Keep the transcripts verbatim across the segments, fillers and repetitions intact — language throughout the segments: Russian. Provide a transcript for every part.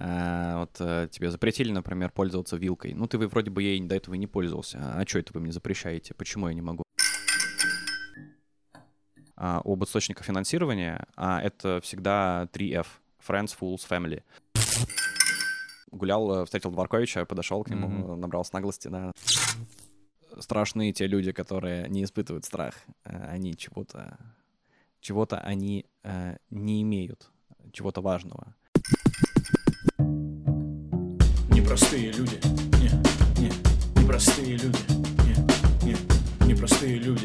э, вот э, тебе запретили, например, пользоваться вилкой. Ну, ты вы вроде бы ей до этого и не пользовался. А что это вы мне запрещаете? Почему я не могу? А, об источниках финансирования, а это всегда три эф. Friends, Fools, Family. Гулял, встретил Дворковича, подошел к нему, mm-hmm. набрался наглости, да. Страшные те люди, которые не испытывают страх. Они чего-то... Чего-то они э, не имеют, чего-то важного. Непростые люди. Не, не, непростые люди. Не, не, непростые люди.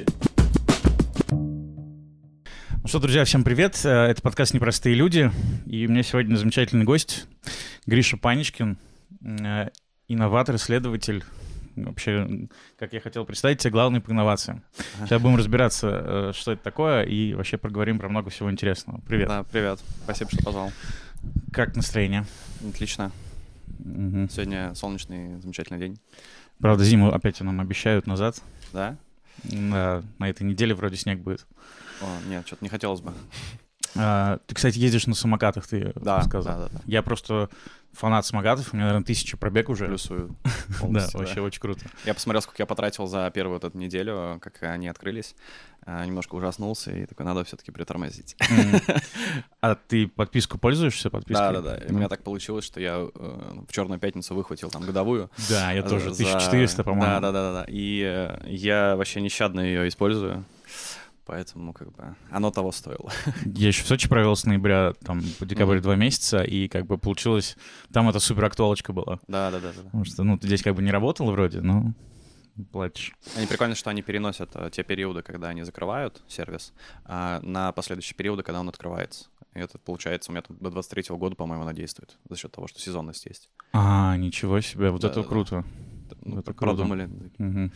Ну что, друзья, всем привет. Это подкаст «Непростые люди». И у меня сегодня замечательный гость Гриша Паничкин, инноватор, исследователь. Вообще, как я хотел представить тебе, главный по инновациям. Сейчас будем разбираться, что это такое, и вообще поговорим про много всего интересного. Привет. Да, привет. Спасибо, что позвал. Как настроение? Отлично. Угу. Сегодня солнечный, замечательный день. Правда, зиму опять нам обещают назад. Да? На, на этой неделе вроде снег будет. О, нет, что-то не хотелось бы. А, ты, кстати, ездишь на самокатах, ты да, сказал. Да, да, да. Я просто фанат самокатов, у меня, наверное, тысяча пробег уже. Плюсую. Да, вообще очень круто. Я посмотрел, сколько я потратил за первую вот эту неделю, как они открылись. Немножко ужаснулся и такой, надо все-таки притормозить. А ты подписку пользуешься? Да, да, да. У меня так получилось, что я в Черную пятницу выхватил там годовую. Да, я тоже. тысяча четыреста, по-моему. Да, да, да, да. И я вообще нещадно ее использую. Поэтому как бы оно того стоило. Я еще в Сочи провел с ноября там, по декабрь mm-hmm. два месяца, и как бы получилось... Там это супер актуалочка была. Да, да, да, да. Потому что, ну, ты здесь как бы не работал вроде, но платишь. Они прикольно, что они переносят а, те периоды, когда они закрывают сервис, а, на последующие периоды, когда он открывается. И это, получается, у меня там до двадцать третьего года, по-моему, она действует за счет того, что сезонность есть. А, ничего себе, вот да, это да, круто. Да. Ну, это продумали. Угу.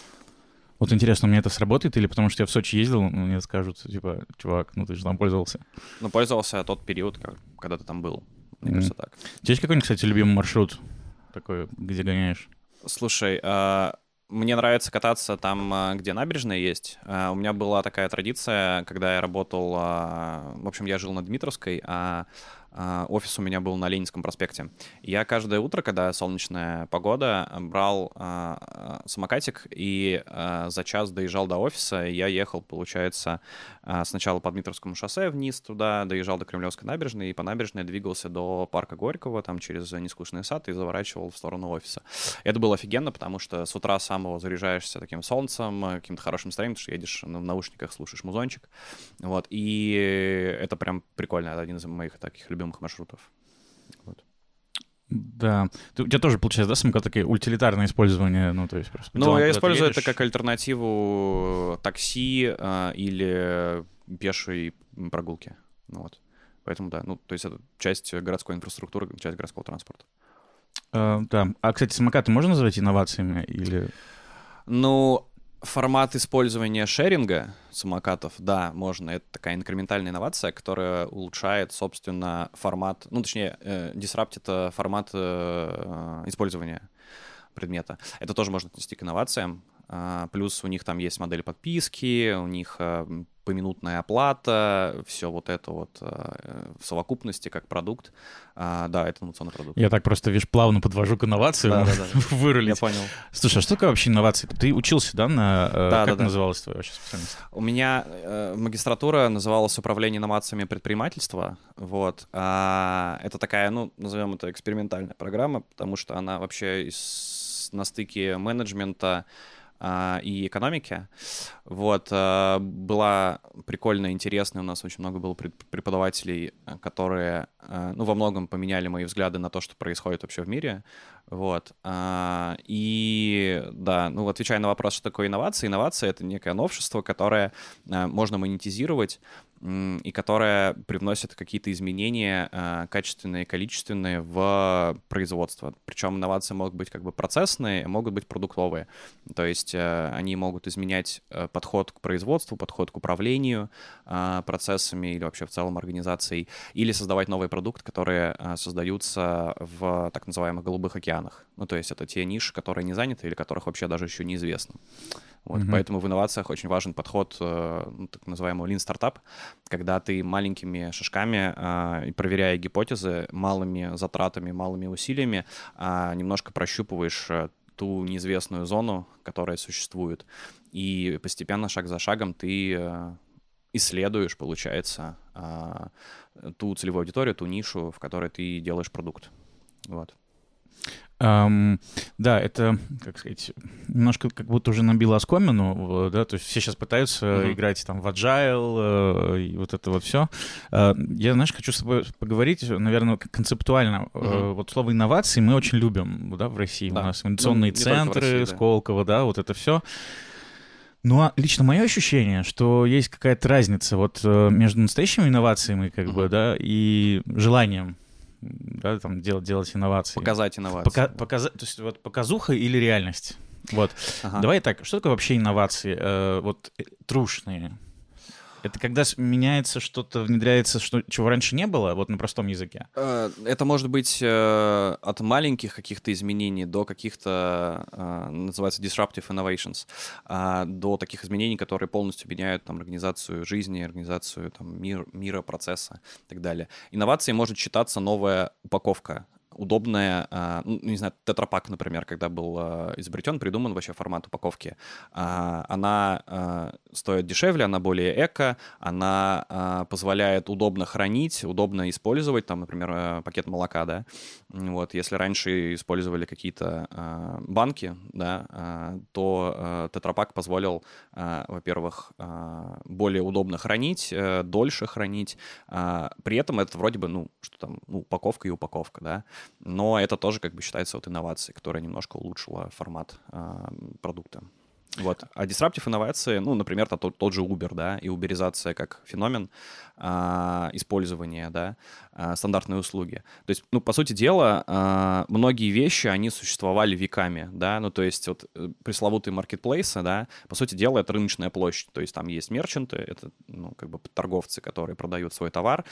Вот интересно, у меня это сработает, или потому что я в Сочи ездил, мне скажут, типа, чувак, ну ты же там пользовался. Ну, пользовался тот период, когда ты там был. Мне mm. кажется, так. У тебя есть какой-нибудь, кстати, любимый маршрут такой, где гоняешь? Слушай, э, мне нравится кататься там, где набережная есть. Э, у меня была такая традиция, когда я работал... Э, в общем, я жил на Дмитровской, а... офис у меня был на Ленинском проспекте. Я каждое утро, когда солнечная погода, брал э, самокатик и э, за час доезжал до офиса. И я ехал, получается, э, сначала по Дмитровскому шоссе вниз туда, доезжал до Кремлевской набережной, и по набережной двигался до парка Горького, там через Нескучный сад, и заворачивал в сторону офиса. Это было офигенно, потому что с утра самого заряжаешься таким солнцем, каким-то хорошим настроением, потому что едешь в наушниках, слушаешь музончик. Вот. И это прям прикольно. Это один из моих таких любимых маршрутов. Вот. Да. Ты, у тебя тоже получается, да, самокат такое утилитарное использование? Ну, то есть просто... Ну, я использую это как альтернативу такси э, или пешей прогулки. Ну, вот. Поэтому, да, ну, то есть это часть городской инфраструктуры, часть городского транспорта. Uh, да. А, кстати, самокаты можно назвать инновациями или... Ну... Формат использования шеринга самокатов, да, можно. Это такая инкрементальная инновация, которая улучшает, собственно, формат, ну, точнее, э, дисраптит формат э, использования предмета. Это тоже можно отнести к инновациям. А, плюс у них там есть модели подписки, у них а, поминутная оплата, все вот это вот а, в совокупности как продукт. А, да, это инновационный продукт. Я так просто, видишь, плавно подвожу к инновациям. Да, да, да. Вырулить. Я понял. Слушай, а что такое вообще инновации? Ты учился, да, на... Да, как да, называлась твоя вообще специальность? У меня э, магистратура называлась «Управление инновациями предпринимательства». Вот. А, это такая, ну, назовем это экспериментальная программа, потому что она вообще из, на стыке менеджмента и экономики. Вот. Была прикольно, интересная. У нас очень много было преподавателей, которые, ну, во многом поменяли мои взгляды на то, что происходит вообще в мире. Вот. И, да, ну, отвечая на вопрос, что такое инновация, инновация — это некое новшество, которое можно монетизировать и которое привносит какие-то изменения качественные, количественные в производство. Причем инновации могут быть как бы процессные, могут быть продуктовые. То есть они могут изменять подход к производству, подход к управлению процессами или вообще в целом организацией, или создавать новый продукт, которые создаются в так называемых голубых океанах. Ну, то есть это те ниши, которые не заняты или которых вообще даже еще неизвестно. Вот, mm-hmm. Поэтому в инновациях очень важен подход, ну, так называемого lean startup, когда ты маленькими шажками, э, проверяя гипотезы, малыми затратами, малыми усилиями, э, немножко прощупываешь ту неизвестную зону, которая существует, и постепенно, шаг за шагом, ты э, исследуешь, получается, э, ту целевую аудиторию, ту нишу, в которой ты делаешь продукт. Вот. Um, да, это, как сказать, немножко как будто уже набило оскомину, да, то есть все сейчас пытаются uh-huh. играть там в agile и вот это вот все. Я, знаешь, хочу с тобой поговорить, наверное, концептуально. Uh-huh. Вот слово инновации мы очень любим, да, в России. Да. У нас инновационные ну, центры, России, Сколково, да. да, вот это все. Ну, а лично мое ощущение, что есть какая-то разница вот между настоящими инновациями, как uh-huh. бы, да, и желанием, да, там делать, делать инновации. Показать инновации. Пока, показать, то есть вот показуха или реальность. Вот. Ага. Давай так, что такое вообще инновации? Э, вот трушные. Это когда меняется что-то, внедряется, что, чего раньше не было, вот на простом языке? Это может быть э, от маленьких каких-то изменений до каких-то, э, называется, disruptive innovations, э, до таких изменений, которые полностью меняют там, организацию жизни, организацию там, мир, мира, процесса и так далее. Инновацией может считаться новая упаковка. Удобная, ну, не знаю, тетрапак, например, когда был изобретен, придуман вообще формат упаковки. Она стоит дешевле, она более эко, она позволяет удобно хранить, удобно использовать, там, например, пакет молока, да. Вот, если раньше использовали какие-то банки, да, то тетрапак позволил, во-первых, более удобно хранить, дольше хранить. При этом это вроде бы, ну, что там, ну, упаковка и упаковка, да. Но это тоже как бы считается вот инновацией, которая немножко улучшила формат э, продукта. Вот. А disruptive инновации, ну, например, тот, тот же Uber, да, и уберизация как феномен э, использования, да, э, стандартной услуги. То есть, ну, по сути дела, э, многие вещи, они существовали веками, да, ну, то есть вот пресловутые маркетплейсы, да, по сути дела, это рыночная площадь, то есть там есть мерчанты, это, ну, как бы торговцы, которые продают свой товар,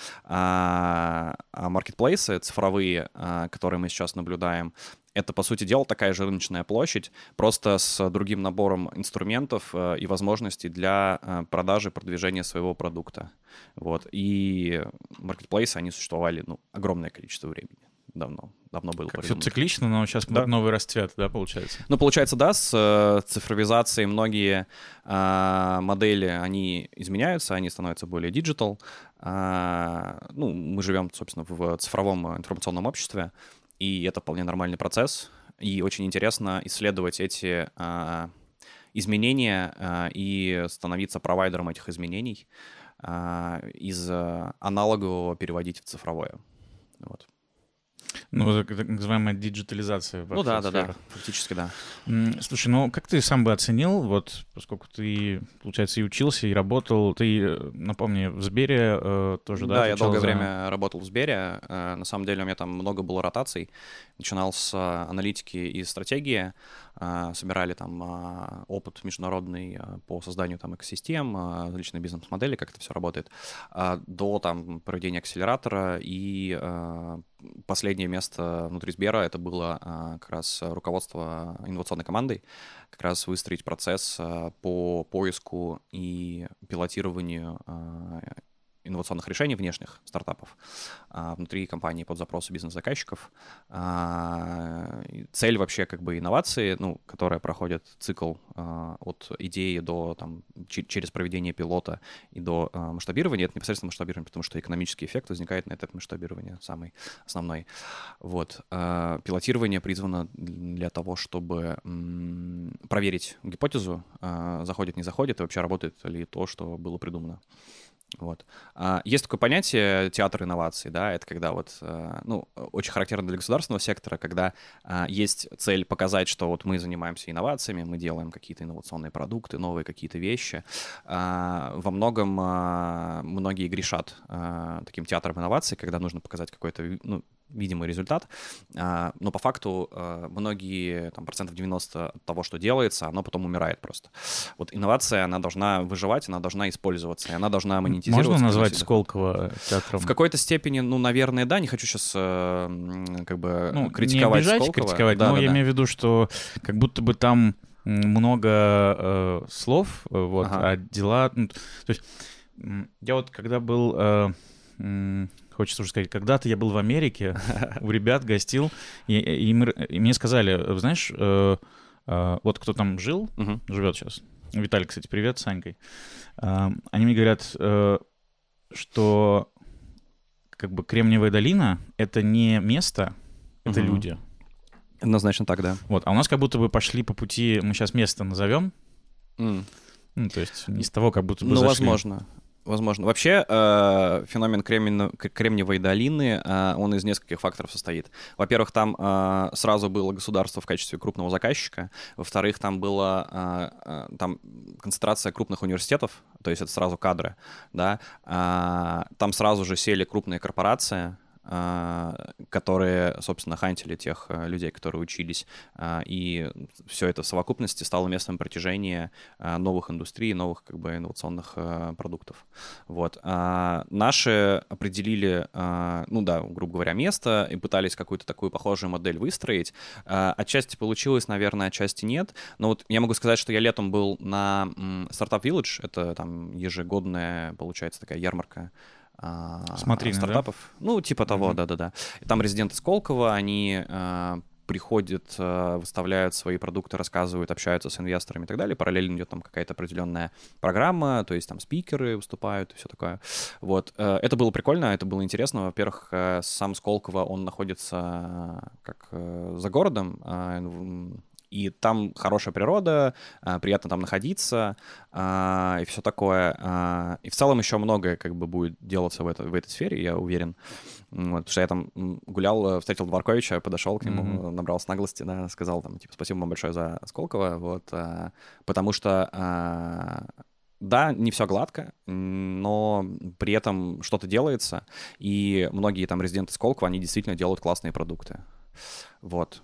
а маркетплейсы цифровые, которые мы сейчас наблюдаем, это, по сути дела, такая же рыночная площадь, просто с другим набором инструментов и возможностей для продажи, продвижения своего продукта. Вот. И маркетплейсы, они существовали, ну, огромное количество времени. Давно, давно было. Как все циклично, но сейчас да. новый расцвет, да, получается? Ну, получается, да, с цифровизацией многие а, модели, они изменяются, они становятся более диджитал. А, ну, мы живем, собственно, в цифровом информационном обществе, и это вполне нормальный процесс. И очень интересно исследовать эти а, изменения а, и становиться провайдером этих изменений, а, из аналогового переводить в цифровое. Вот. Ну, так называемая диджитализация. Ну да, да, да, фактически да. Слушай, ну как ты сам бы оценил, вот поскольку ты, получается, и учился, и работал, ты, напомни, в Сбере э, тоже, да? Да, я долгое за... время работал в Сбере. Э, на самом деле у меня там много было ротаций. Начинал с аналитики и стратегии. Э, собирали там э, опыт международный э, по созданию там экосистем, э, различные бизнес-модели, как это все работает, э, до там проведения акселератора и э, последнее место внутри Сбера это было а, как раз руководство инновационной командой, как раз выстроить процесс а, по поиску и пилотированию а, инновационных решений внешних стартапов а, внутри компании под запросы бизнес-заказчиков. А, цель вообще как бы инновации, ну, которая проходит цикл а, от идеи до там, ч- через проведение пилота и до а, масштабирования. Это непосредственно масштабирование, потому что экономический эффект возникает на этапе масштабирования, самый основной. Вот. А, пилотирование призвано для того, чтобы м- проверить гипотезу, а, заходит, не заходит, и вообще работает ли то, что было придумано. Вот. Есть такое понятие театр инноваций, да, это когда вот, ну, очень характерно для государственного сектора, когда есть цель показать, что вот мы занимаемся инновациями, мы делаем какие-то инновационные продукты, новые какие-то вещи. Во многом многие грешат таким театром инноваций, когда нужно показать какой-то, ну, видимый результат, но по факту многие, там, процентов девяносто того, что делается, оно потом умирает просто. Вот инновация, она должна выживать, она должна использоваться, и она должна монетизироваться. Можно назвать Сколково театром? В какой-то степени, ну, наверное, да, не хочу сейчас как бы ну, критиковать не обижать, Сколково. критиковать, да, но да, я да. имею в виду, что как будто бы там много э, слов, вот, Ага. а дела... Ну, то есть м, я вот когда был... э, м, Хочется уже сказать, когда-то я был в Америке, у ребят гостил, и, и мы- и мне сказали, знаешь, э, э, вот кто там жил, Мгм. живет сейчас, Виталий, кстати, привет, с Санькой, А, они мне говорят, э, что как бы Кремниевая долина — это не место, это Мгм. люди. Однозначно так, да. Вот, а у нас как будто бы пошли по пути, мы сейчас место назовем, М. ну, то есть не с того, как будто бы Ну, зашли. возможно. Возможно. Вообще, э, феномен Кремнино- К- Кремниевой долины, э, он из нескольких факторов состоит. Во-первых, там э, сразу было государство в качестве крупного заказчика. Во-вторых, там была э, э, там концентрация крупных университетов, то есть это сразу кадры, да. А, там сразу же сели крупные корпорации, а, которые, собственно, хантили тех а, людей, которые учились, а, и все это в совокупности стало местом притяжения а, новых индустрий, новых как бы инновационных а, продуктов. Вот. А наши определили, а, ну да, грубо говоря, место и пытались какую-то такую похожую модель выстроить. А, Отчасти получилось, наверное, отчасти нет. Но вот я могу сказать, что я летом был на м, Startup Village, это там ежегодная, получается, такая ярмарка а, Смотрины, да? стартапов. Ну, типа того, Мгм. да-да-да. И там резиденты Сколково, они а, приходят, а, выставляют свои продукты, рассказывают, общаются с инвесторами и так далее. Параллельно идет там какая-то определенная программа, то есть там спикеры выступают и все такое. Вот. Э, Это было прикольно, это было интересно. Во-первых, э, сам Сколково, он находится а, как э, за городом, а, в- и там хорошая природа, а, приятно там находиться, а, и все такое. А, И в целом еще многое как бы будет делаться в, это, в этой сфере, я уверен. М, Вот, потому что я там м, гулял, э, встретил Дворковича, подошел к нему, Мгм. э, набрался наглости, да, сказал там, типа, спасибо вам большое за Сколково, вот, а, потому что, а, да, не все гладко, м, но при этом что-то делается, и многие там резиденты Сколково, они действительно делают классные продукты. Вот.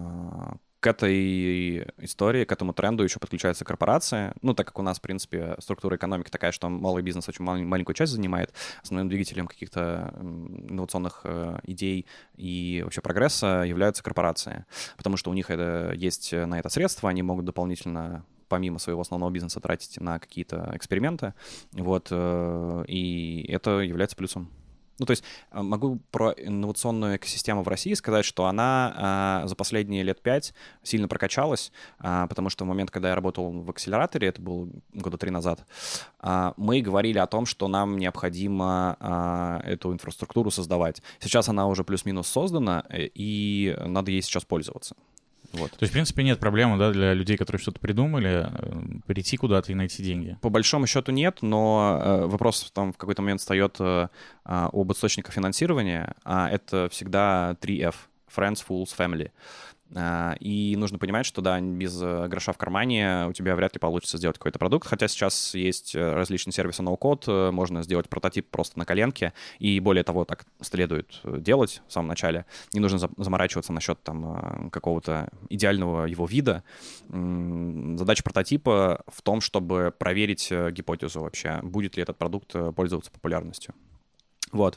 А, К этой истории, к этому тренду еще подключаются корпорации. Ну, так как у нас, в принципе, структура экономики такая, что малый бизнес очень мал- маленькую часть занимает, основным двигателем каких-то м, инновационных э, идей и вообще прогресса являются корпорации. Потому что у них это, есть на это средства, они могут дополнительно помимо своего основного бизнеса тратить на какие-то эксперименты. Вот, э, и это является плюсом. Ну, то есть а, могу про инновационную экосистему в России сказать, что она а, за последние лет пять сильно прокачалась, а, потому что в момент, когда я работал в акселераторе, это было года три назад, а, мы говорили о том, что нам необходимо а, эту инфраструктуру создавать. Сейчас она уже плюс-минус создана, э, и надо ей сейчас пользоваться. Вот. То есть, в принципе, нет проблемы, да, для людей, которые что-то придумали, э, прийти куда-то и найти деньги. По большому счету нет, но э, вопрос там в какой-то момент встает э, а, об источниках финансирования, а это всегда три эф — Friends, Fools, Family. А, И нужно понимать, что, да, без э, гроша в кармане у тебя вряд ли получится сделать какой-то продукт, хотя сейчас есть э, различные сервисы ноу-код, э, можно сделать прототип просто на коленке, и более того, так следует э, делать в самом начале. Не нужно за- заморачиваться насчет там э, какого-то идеального его вида. М, Задача прототипа в том, чтобы проверить э, гипотезу вообще, будет ли этот продукт э, пользоваться популярностью. Вот.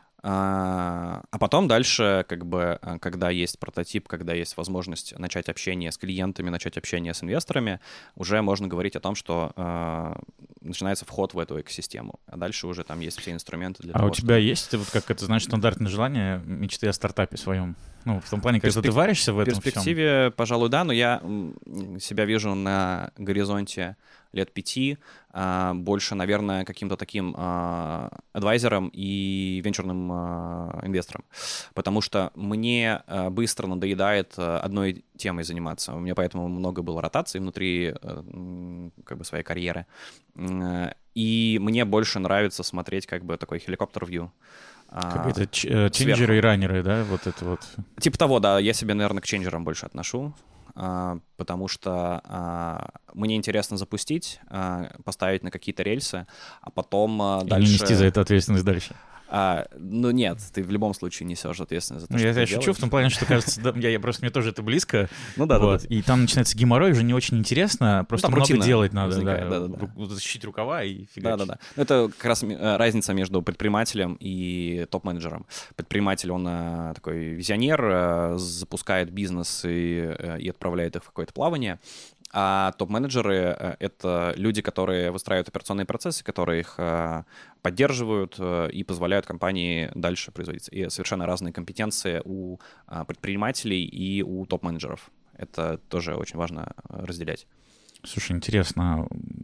А а потом дальше, как бы, а, когда есть прототип, когда есть возможность начать общение с клиентами, начать общение с инвесторами, уже можно говорить о том, что а, начинается вход в эту экосистему. А дальше уже там есть все инструменты для А того, у тебя чтобы- есть, вот как это, значит, стандартное желание, мечты о стартапе своем? Ну, в том плане, когда Перспек- ты варишься в В этом всем. перспективе, пожалуй, да, но я м, себя вижу на горизонте лет пяти, а, больше, наверное, каким-то таким а, адвайзером и венчурным а, инвестором, потому что мне а, быстро надоедает а, одной темой заниматься. У меня поэтому много было ротаций внутри а, м, как бы своей карьеры. М, э, И мне больше нравится смотреть как бы такой хеликоптер-вью. Как это, ч- э, сверху. ченджеры и раннеры, да, вот это вот. Типа того, да, я себя, наверное, к ченджерам больше отношу, а, потому что а, мне интересно запустить, а, поставить на какие-то рельсы, а потом а, И дальше... не нести за это ответственность дальше. А, ну нет, ты в любом случае несешь ответственность за то, Ну, что я, ты я шучу делаешь. в том плане, что, кажется, да, я, я просто, мне тоже это близко. Ну да, да, вот, да. И там начинается геморрой, уже не очень интересно, просто там много рутина делать надо, возникает, да, да-да-да. ру- защитить рукава и фигачить. Да-да-да. Это как раз э, разница между предпринимателем и топ-менеджером. Предприниматель, он э, такой визионер, э, запускает бизнес и, э, и отправляет их в какое-то плавание. А топ-менеджеры э, — это люди, которые выстраивают операционные процессы, которые их э, поддерживают э, и позволяют компании дальше производиться. И совершенно разные компетенции у э, предпринимателей и у топ-менеджеров. Это тоже очень важно разделять. Слушай, интересно.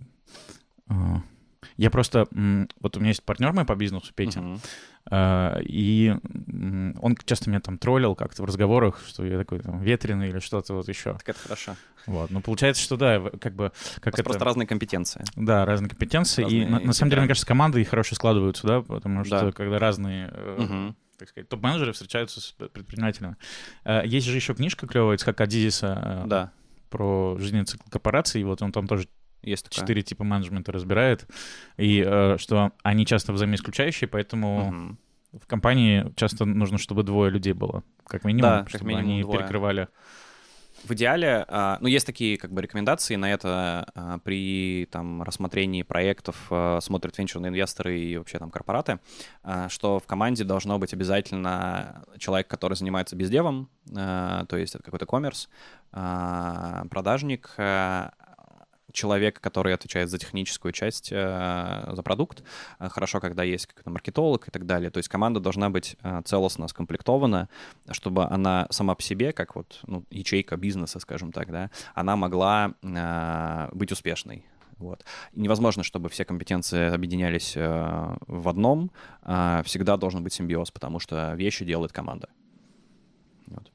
Я просто... Вот у меня есть партнер мой по бизнесу, Петя, uh-huh. и он часто меня там троллил как-то в разговорах, что я такой там ветреный или что-то вот еще. Так это хорошо. Вот. Но получается, что да, как бы... Как это... это... Просто разные компетенции. Да, разные компетенции. Разные и на, на самом деле, мне кажется, команды хорошие складываются, да, потому что да. когда разные... Uh-huh. так сказать, топ-менеджеры встречаются с предпринимателями. Есть же еще книжка клевая, как Адизиса, да. про жизненный цикл корпораций, и вот он там тоже есть четыре типа менеджмента разбирает, и э, что они часто взаимоисключающие, поэтому угу. в компании часто нужно, чтобы двое людей было, как минимум, да, чтобы как минимум они двое. перекрывали. В идеале, ну, есть такие как бы рекомендации на это при там рассмотрении проектов, смотрят венчурные инвесторы и вообще там корпораты, что в команде должно быть обязательно человек, который занимается бездевом, то есть это какой-то коммерс, продажник, человек, который отвечает за техническую часть, за продукт. Хорошо, когда есть какой-то маркетолог и так далее. То есть команда должна быть целостно скомплектована, чтобы она сама по себе, как вот ну, ячейка бизнеса, скажем так, да, она могла быть успешной. Вот. И невозможно, чтобы все компетенции объединялись в одном. Всегда должен быть симбиоз, потому что вещи делает команда. Вот.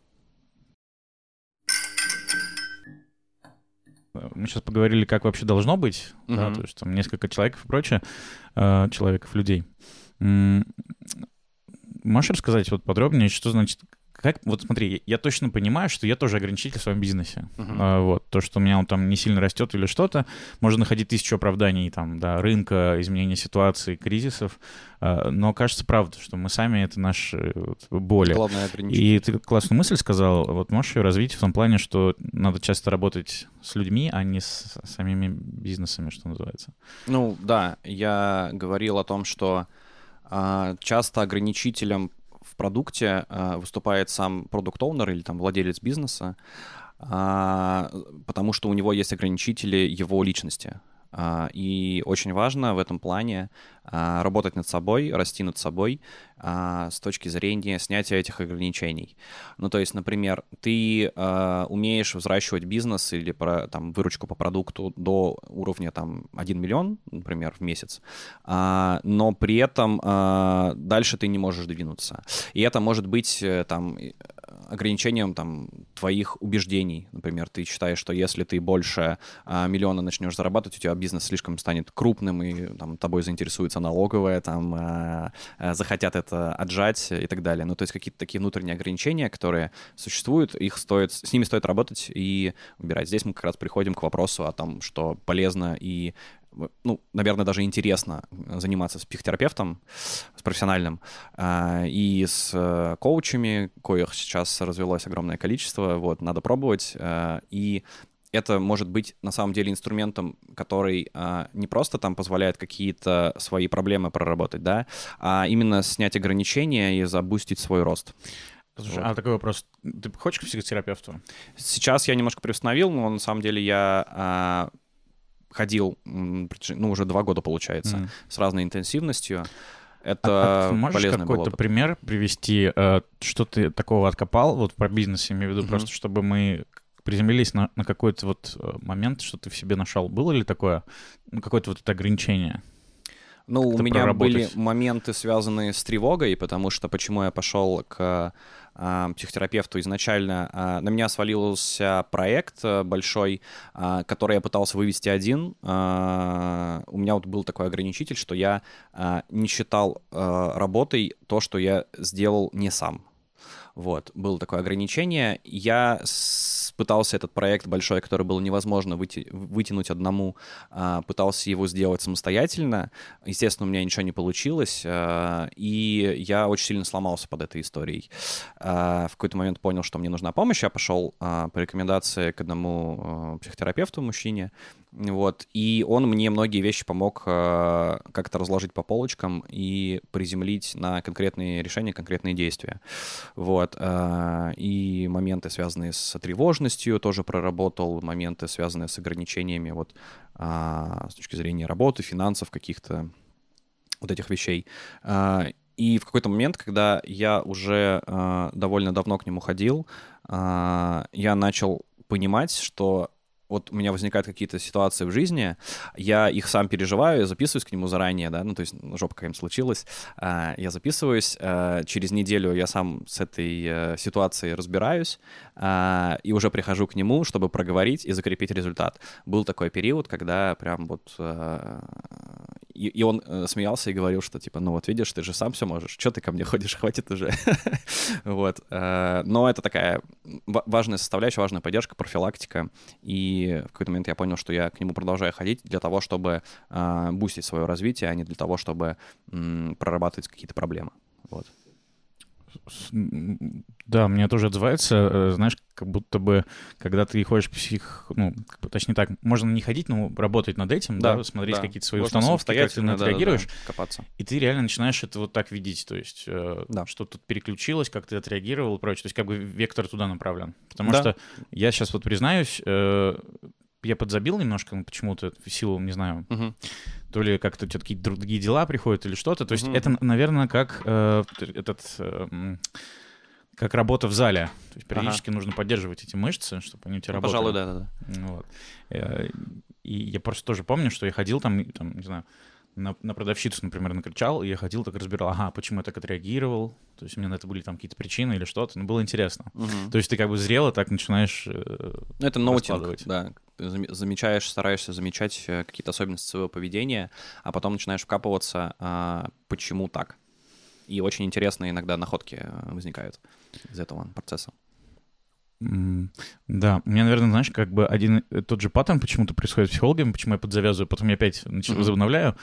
Мы сейчас поговорили, как вообще должно быть, uh-huh. да, то есть там несколько человеков и прочее, э, человеков, людей. М-м- можешь рассказать вот подробнее, что значит, как, вот смотри, я точно понимаю, что я тоже ограничитель в своем бизнесе. Uh-huh. А, вот, то, что у меня он там не сильно растет или что-то, можно находить тысячу оправданий там, да, рынка, изменения ситуации, кризисов, а, но кажется, правда, что мы сами — это наши вот, боли. Главное ограничитель. И ты классную мысль сказал, вот можешь ее развить в том плане, что надо часто работать с людьми, а не с самими бизнесами, что называется. Ну, да, я говорил о том, что а, часто ограничителем в продукте э, выступает сам продукт-оунер или там владелец бизнеса, э, потому что у него есть ограничители его личности. Э, и очень важно в этом плане э, работать над собой, расти над собой э, с точки зрения снятия этих ограничений. Ну, то есть, например, ты э, умеешь взращивать бизнес или про, там, выручку по продукту до уровня там, один миллион, например, в месяц, э, но при этом э, дальше ты не можешь двинуться. И это может быть э, там, ограничением там, твоих убеждений. Например, ты считаешь, что если ты больше э, миллиона начнешь зарабатывать, у тебя бизнес слишком станет крупным, и там, тобой заинтересуется налоговая, там, э, э, захотят это отжать и так далее. Ну, то есть какие-то такие внутренние ограничения, которые существуют, их стоит, с ними стоит работать и убирать. Здесь мы как раз приходим к вопросу о том, что полезно и, ну, наверное, даже интересно заниматься с психотерапевтом, с профессиональным, э, и с э, коучами, коих сейчас развелось огромное количество, вот, надо пробовать, э, и это может быть на самом деле инструментом, который а, не просто там позволяет какие-то свои проблемы проработать, да, а именно снять ограничения и забустить свой рост. Слушай, вот. А такой вопрос. Ты хочешь к психотерапевту? Сейчас я немножко приостановил, но на самом деле я а, ходил, ну, уже два года, получается, mm. с разной интенсивностью. Это а, а ты можешь полезный какой-то опыт. Пример привести, что ты такого откопал, вот про бизнес, я имею в виду, mm-hmm. просто чтобы мы приземлились на, на какой-то вот момент, что ты в себе нашел. Было ли такое, ну, какое-то вот это ограничение? Ну, у меня были моменты, связанные с тревогой, потому что почему я пошел к а, психотерапевту изначально, а, на меня свалился проект большой, а, который я пытался вывести один. А, у меня вот был такой ограничитель, что я а, не считал а, работой то, что я сделал не сам. Вот, было такое ограничение. Я с... пытался этот проект большой, который было невозможно выйти... вытянуть одному, а, пытался его сделать самостоятельно. Естественно, у меня ничего не получилось, а, и я очень сильно сломался под этой историей. А, в какой-то момент понял, что мне нужна помощь. Я пошел а, по рекомендации к одному а, психотерапевту, мужчине, вот, и он мне многие вещи помог а, как-то разложить по полочкам и приземлить на конкретные решения, конкретные действия. Вот. И моменты, связанные с тревожностью, сложностью тоже проработал, моменты, связанные с ограничениями вот, а, с точки зрения работы, финансов, каких-то вот этих вещей. А, и в какой-то момент, когда я уже а, довольно давно к нему ходил, а, я начал понимать, что вот у меня возникают какие-то ситуации в жизни, я их сам переживаю, я записываюсь к нему заранее, да, ну, то есть жопа какая-нибудь случилась, я записываюсь, через неделю я сам с этой ситуацией разбираюсь и уже прихожу к нему, чтобы проговорить и закрепить результат. Был такой период, когда прям вот... И, и он смеялся и говорил, что типа, ну вот видишь, ты же сам все можешь, что ты ко мне ходишь, хватит уже. Вот. Но это такая важная составляющая, важная поддержка, профилактика. И в какой-то момент я понял, что я к нему продолжаю ходить для того, чтобы бустить свое развитие, а не для того, чтобы прорабатывать какие-то проблемы. Вот. Да, мне тоже отзывается, знаешь, как будто бы, когда ты ходишь к псих, ну, точнее так, можно не ходить, но работать над этим, да, да смотреть да. какие-то свои можно установки, как ты на это да, реагируешь, да, да. Копаться. И ты реально начинаешь это вот так видеть, то есть да. что тут переключилось, как ты отреагировал и прочее, то есть как бы вектор туда направлен. Потому да. что я сейчас вот признаюсь, я подзабил немножко, ну, почему-то в силу, не знаю, угу. то ли как-то какие-то другие дела приходят или что-то. То есть угу. это, наверное, как э, этот... Э, как работа в зале. То есть периодически ага. нужно поддерживать эти мышцы, чтобы они у тебя ну, работали. Пожалуй, да-да-да. Вот. И я просто тоже помню, что я ходил там, там не знаю, на, на продавщицу, например, накричал, и я ходил, так разбирал, ага, почему я так отреагировал, то есть у меня на это были там какие-то причины или что-то, но было интересно. Угу. То есть ты как бы зрело так начинаешь э, ну, это ноутинг, да. Ты замечаешь, стараешься замечать какие-то особенности своего поведения, а потом начинаешь вкапываться, а, почему так. И очень интересные иногда находки возникают из этого процесса. Mm, да, у меня, наверное, знаешь, как бы один тот же паттерн почему-то происходит с психологами, почему я подзавязываю, потом я опять mm-hmm. возобновляю.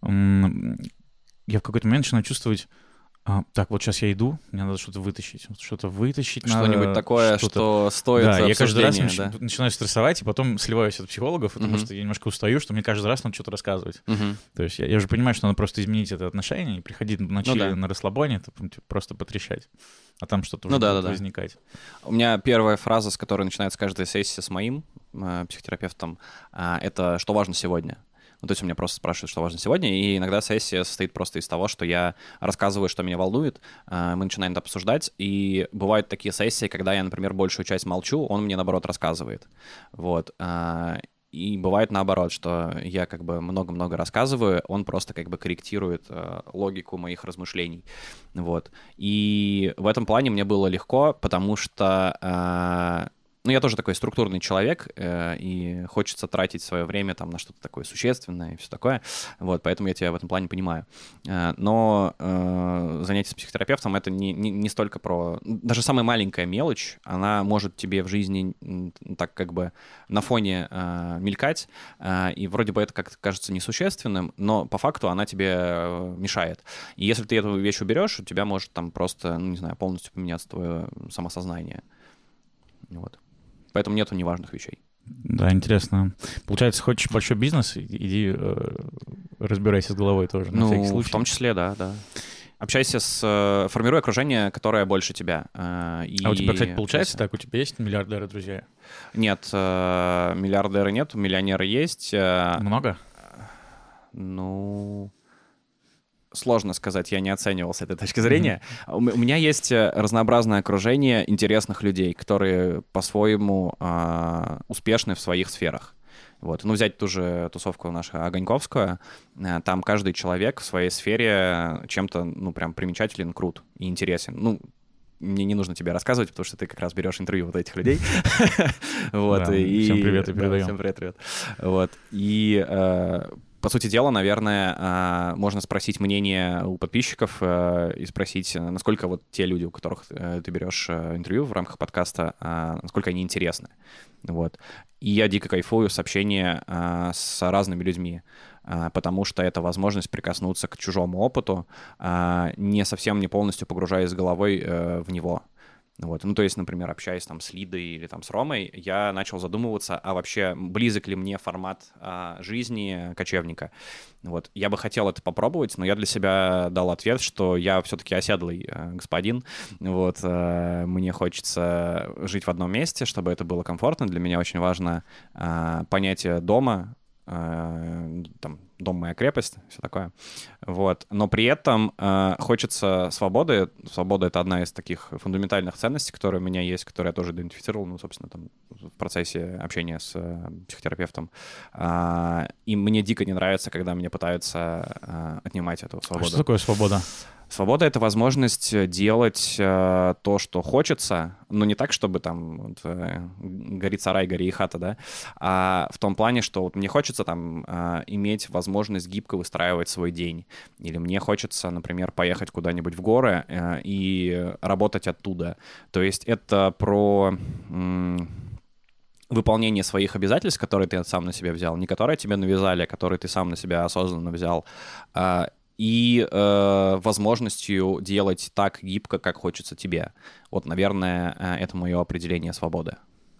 Я в какой-то момент начинаю чувствовать, а, так, вот сейчас я иду, мне надо что-то вытащить, вот что-то вытащить Что-нибудь надо. Что-нибудь такое, что стоит да, за я каждый раз да? нач... начинаю стрессовать, и потом сливаюсь от психологов, потому mm-hmm. что я немножко устаю, что мне каждый раз надо что-то рассказывать. Mm-hmm. То есть я, я уже понимаю, что надо просто изменить это отношение и приходить на чили, ну, да. на расслабоне, это просто потрещать. А там что-то уже ну, да, будет да, возникать. Да. У меня первая фраза, с которой начинается каждая сессия с моим э, психотерапевтом, э, это «что важно сегодня?». Ну, то есть у меня просто спрашивают, что важно сегодня, и иногда сессия состоит просто из того, что я рассказываю, что меня волнует, мы начинаем это обсуждать, и бывают такие сессии, когда я, например, большую часть молчу, он мне, наоборот, рассказывает, вот, и бывает наоборот, что я как бы много-много рассказываю, он просто как бы корректирует логику моих размышлений, вот, и в этом плане мне было легко, потому что... Ну, я тоже такой структурный человек, э, и хочется тратить свое время там на что-то такое существенное и все такое, вот, поэтому я тебя в этом плане понимаю. Э, но э, занятие с психотерапевтом — это не, не, не столько про... Даже самая маленькая мелочь, она может тебе в жизни так как бы на фоне э, мелькать, э, и вроде бы это как-то кажется несущественным, но по факту она тебе мешает. И если ты эту вещь уберешь, у тебя может там просто, ну, не знаю, полностью поменяться твое самосознание. Вот. Поэтому нету неважных вещей. Да, интересно. Получается, хочешь большой бизнес, иди э, разбирайся с головой тоже, на ну, всякий случай. В том числе, да, да. Общайся с... Формируй окружение, которое больше тебя. Э, и... А у тебя, кстати, получается так? У тебя есть миллиардеры, друзья? Нет, э, миллиардеры нет, миллионеры есть. Э, Много? Ну... Сложно сказать, я не оценивал с этой точки зрения. Mm-hmm. У меня есть разнообразное окружение интересных людей, которые по-своему э, успешны в своих сферах. Вот. Ну, взять ту же тусовку нашу Огоньковскую, э, там каждый человек в своей сфере чем-то, ну, прям примечателен, крут и интересен. Ну, мне не нужно тебе рассказывать, потому что ты как раз берешь интервью вот этих людей. Всем привет и передаем. Всем привет, привет. Вот. И... По сути дела, наверное, можно спросить мнение у подписчиков и спросить, насколько вот те люди, у которых ты берешь интервью в рамках подкаста, насколько они интересны. Вот. И я дико кайфую с общения с разными людьми, потому что это возможность прикоснуться к чужому опыту, не совсем не полностью погружаясь головой в него. Вот. Ну, то есть, например, общаясь там с Лидой или там с Ромой, я начал задумываться, а вообще близок ли мне формат а, жизни кочевника. Вот. Я бы хотел это попробовать, но я для себя дал ответ, что я все-таки оседлый а, господин. Вот. А, мне хочется жить в одном месте, чтобы это было комфортно. Для меня очень важно а, понятие дома, там, дом моя крепость, все такое. Вот. Но при этом э, хочется свободы. Свобода — это одна из таких фундаментальных ценностей, которые у меня есть, которые я тоже идентифицировал, ну, собственно, там, в процессе общения с э, психотерапевтом. А, и мне дико не нравится, когда мне пытаются э, отнимать эту свободу. А что такое свобода? Свобода — это возможность делать э, то, что хочется, но не так, чтобы там вот, э, горит сарай, гори и хата, да, а в том плане, что вот мне хочется там э, иметь возможность гибко выстраивать свой день, или мне хочется, например, поехать куда-нибудь в горы э, и работать оттуда. То есть это про... М- выполнение своих обязательств, которые ты сам на себя взял, не которые тебе навязали, а которые ты сам на себя осознанно взял, э, и э, возможностью делать так гибко, как хочется тебе. Вот, наверное, это мое определение свободы.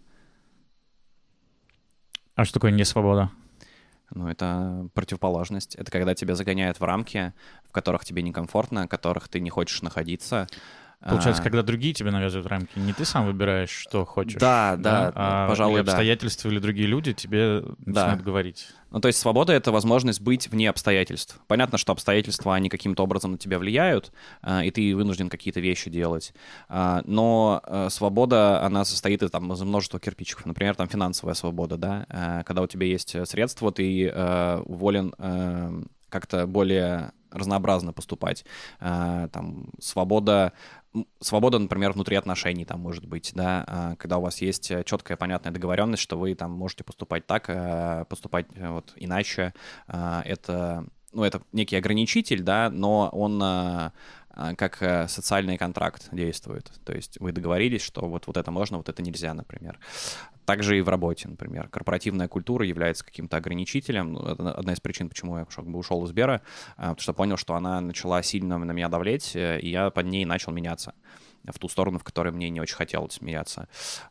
А что такое несвобода? Ну, это противоположность. Это когда тебя загоняют в рамки, в которых тебе некомфортно, в которых ты не хочешь находиться. Получается, а... когда другие тебя навязывают рамки, не ты сам выбираешь, что хочешь. Да, да, да, а пожалуй, или обстоятельства да. или другие люди тебе начинают да. говорить. Ну, то есть свобода — это возможность быть вне обстоятельств. Понятно, что обстоятельства, они каким-то образом на тебя влияют, и ты вынужден какие-то вещи делать. Но свобода, она состоит там, из множества кирпичиков. Например, там финансовая свобода, да? Когда у тебя есть средства, ты волен как-то более разнообразно поступать. Там свобода... Свобода, например, внутри отношений там может быть, да, когда у вас есть четкая, понятная договоренность, что вы там можете поступать так, поступать вот иначе. Это, ну, это некий ограничитель, да, но он как социальный контракт действует. То есть вы договорились, что вот, вот это можно, вот это нельзя, например. Также и в работе, например. Корпоративная культура является каким-то ограничителем. Это одна из причин, почему я как бы ушел из Сбера, потому что понял, что она начала сильно на меня давлеть, и я под ней начал меняться в ту сторону, в которой мне не очень хотелось меняться.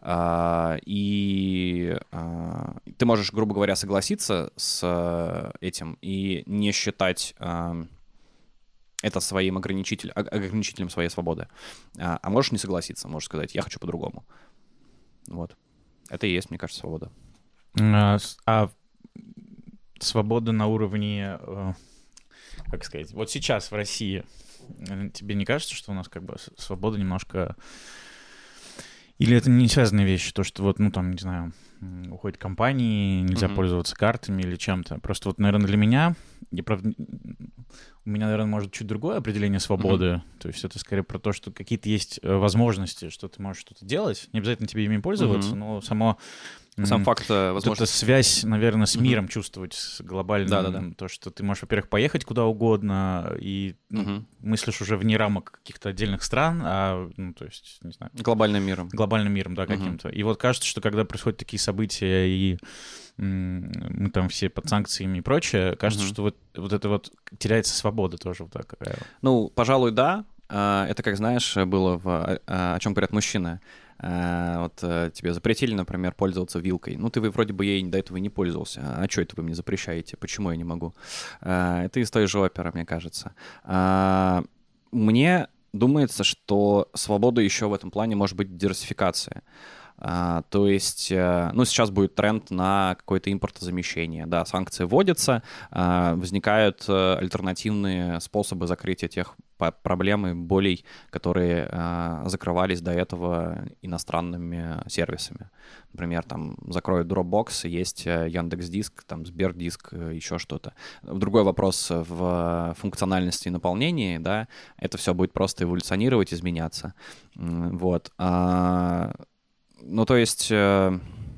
И ты можешь, грубо говоря, согласиться с этим и не считать это своим ограничителем, ограничителем своей свободы. А можешь не согласиться, можешь сказать, я хочу по-другому. Вот. Это и есть, мне кажется, свобода. А, а свобода на уровне, как сказать, вот сейчас в России, тебе не кажется, что у нас как бы свобода немножко... Или это не связанные вещи, то, что вот, ну, там, не знаю, уходят компании, нельзя mm-hmm. пользоваться картами или чем-то. Просто вот, наверное, для меня, я, правда, у меня, наверное, может чуть другое определение свободы. Mm-hmm. То есть это скорее про то, что какие-то есть возможности, что ты можешь что-то делать. Не обязательно тебе ими пользоваться, mm-hmm. но само... Сам факт возможности. Вот эта связь, наверное, с миром mm-hmm. чувствовать, с глобальным. Да-да-да. То, что ты можешь, во-первых, поехать куда угодно и ну, mm-hmm. мыслишь уже вне рамок каких-то отдельных стран, а, ну, то есть, не знаю. Глобальным миром. Глобальным миром, да, каким-то. Mm-hmm. И вот кажется, что когда происходят такие события, и мы там все под санкциями и прочее, кажется, mm-hmm. что вот, вот это вот теряется свобода тоже вот такая. Ну, пожалуй, да. Это, как знаешь, было в «О чем говорят мужчины». Вот тебе запретили, например, пользоваться вилкой. Ну, ты вроде бы ей до этого и не пользовался. А что это вы мне запрещаете? Почему я не могу? Это из той же оперы, мне кажется. Мне думается, что свобода еще в этом плане может быть диверсификация. Uh, то есть, uh, ну, сейчас будет тренд на какое-то импортозамещение. Да, санкции вводятся, uh, возникают uh, альтернативные способы закрытия тех проблем и болей, которые uh, закрывались до этого иностранными сервисами. Например, там закроют Dropbox, есть Яндекс.Диск, там Сбердиск, еще что-то. Другой вопрос в функциональности и наполнении, да, это все будет просто эволюционировать, изменяться. Вот. Uh, Ну, то есть, э,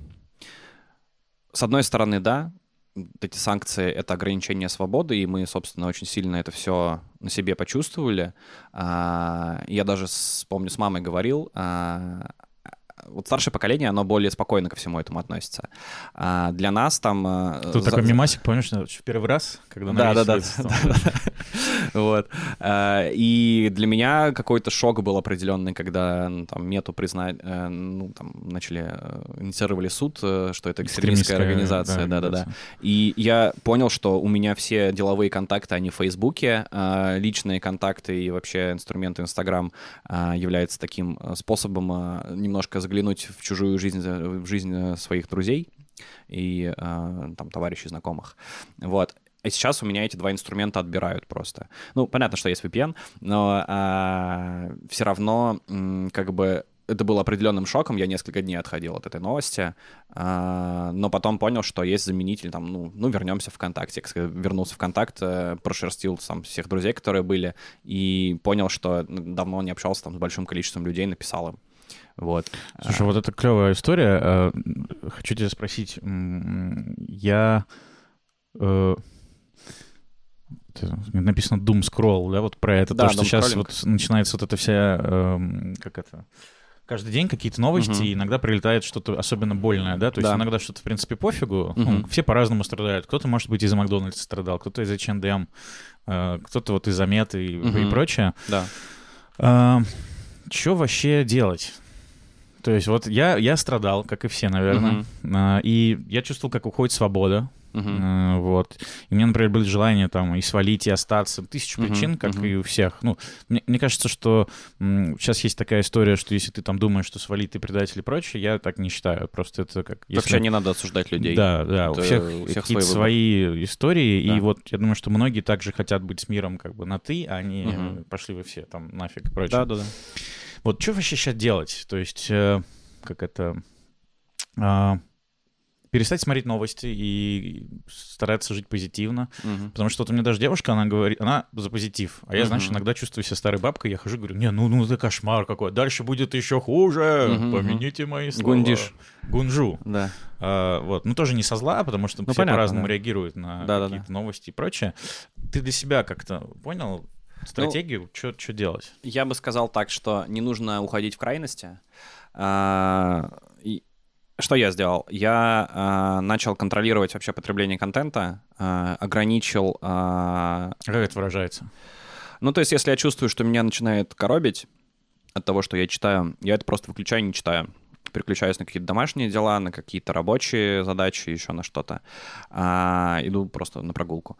с одной стороны, да, эти санкции — это ограничение свободы, и мы, собственно, очень сильно это все на себе почувствовали. А, я даже, с, помню, с мамой говорил, а, вот старшее поколение, оно более спокойно ко всему этому относится. А для нас там... Тут за... такой мемасик, помнишь, в первый раз, когда на Да, да, да. Вот. И для меня какой-то шок был определенный, когда там мету признали, ну, там, начали, инициировали суд, что это экстремистская организация. Да, да, да. И я понял, что у меня все деловые контакты, они в Фейсбуке, личные контакты и вообще инструменты Инстаграм являются таким способом немножко заглянуть в чужую жизнь, в жизнь своих друзей и там товарищей, знакомых. Вот. А сейчас у меня эти два инструмента отбирают просто. Ну, понятно, что есть ви пи эн, но а, все равно м, как бы это было определенным шоком. Я несколько дней отходил от этой новости, а, но потом понял, что есть заменитель, там, ну, ну вернемся в ВКонтакте. Вернулся в ВКонтакт, прошерстил там всех друзей, которые были, и понял, что давно не общался там с большим количеством людей, написал им. Вот. Слушай, а... вот это клевая история. Хочу тебя спросить. Я... Написано Doom Scroll, да, вот про это, да, то, что сейчас вот начинается вот эта вся, э, как это, каждый день какие-то новости, uh-huh. и иногда прилетает что-то особенно больное, да, то есть да. иногда что-то, в принципе, пофигу, uh-huh. ну, все по-разному страдают, кто-то, может быть, из-за Макдональдса страдал, кто-то из-за эйч энд эм, э, кто-то вот из-за меты и, uh-huh. и прочее. Да. Э, что вообще делать? То есть вот я, я страдал, как и все, наверное, uh-huh. э, и я чувствовал, как уходит свобода. Uh-huh. Uh, вот. И у меня, например, были желания там и свалить, и остаться. Тысячу uh-huh. причин, как uh-huh. и у всех. Ну, мне, мне кажется, что м, сейчас есть такая история, что если ты там думаешь, что свалить ты предатель и прочее, я так не считаю. Просто это как... Если... Вообще не надо осуждать людей. Да, да. Это у всех, у всех какие-то свои, свои истории. Да. И вот я думаю, что многие также хотят быть с миром как бы на «ты», а не uh-huh. пошли вы все там нафиг и прочее. Да, да, да. Вот что вообще сейчас делать? То есть, э, как это... Э, перестать смотреть новости и стараться жить позитивно. Uh-huh. Потому что вот у меня даже девушка, она говорит, она за позитив. А я, uh-huh. знаешь, иногда чувствую себя старой бабкой, я хожу и говорю, не, ну, ну это кошмар какой, дальше будет еще хуже, uh-huh. помяните мои слова. Гундиш. Гунжу. Да. А, вот. Ну, тоже не со зла, потому что ну, все понятно, по-разному да. реагируют на да, какие-то да, да. новости и прочее. Ты для себя как-то понял стратегию, ну, что делать? Я бы сказал так, что не нужно уходить в крайности. А, и Что я сделал? Я э, начал контролировать вообще потребление контента, э, ограничил... Э... Как это выражается? Ну, то есть, если я чувствую, что меня начинает коробить от того, что я читаю, я это просто выключаю и не читаю. Переключаюсь на какие-то домашние дела, на какие-то рабочие задачи, еще на что-то. Э, иду просто на прогулку.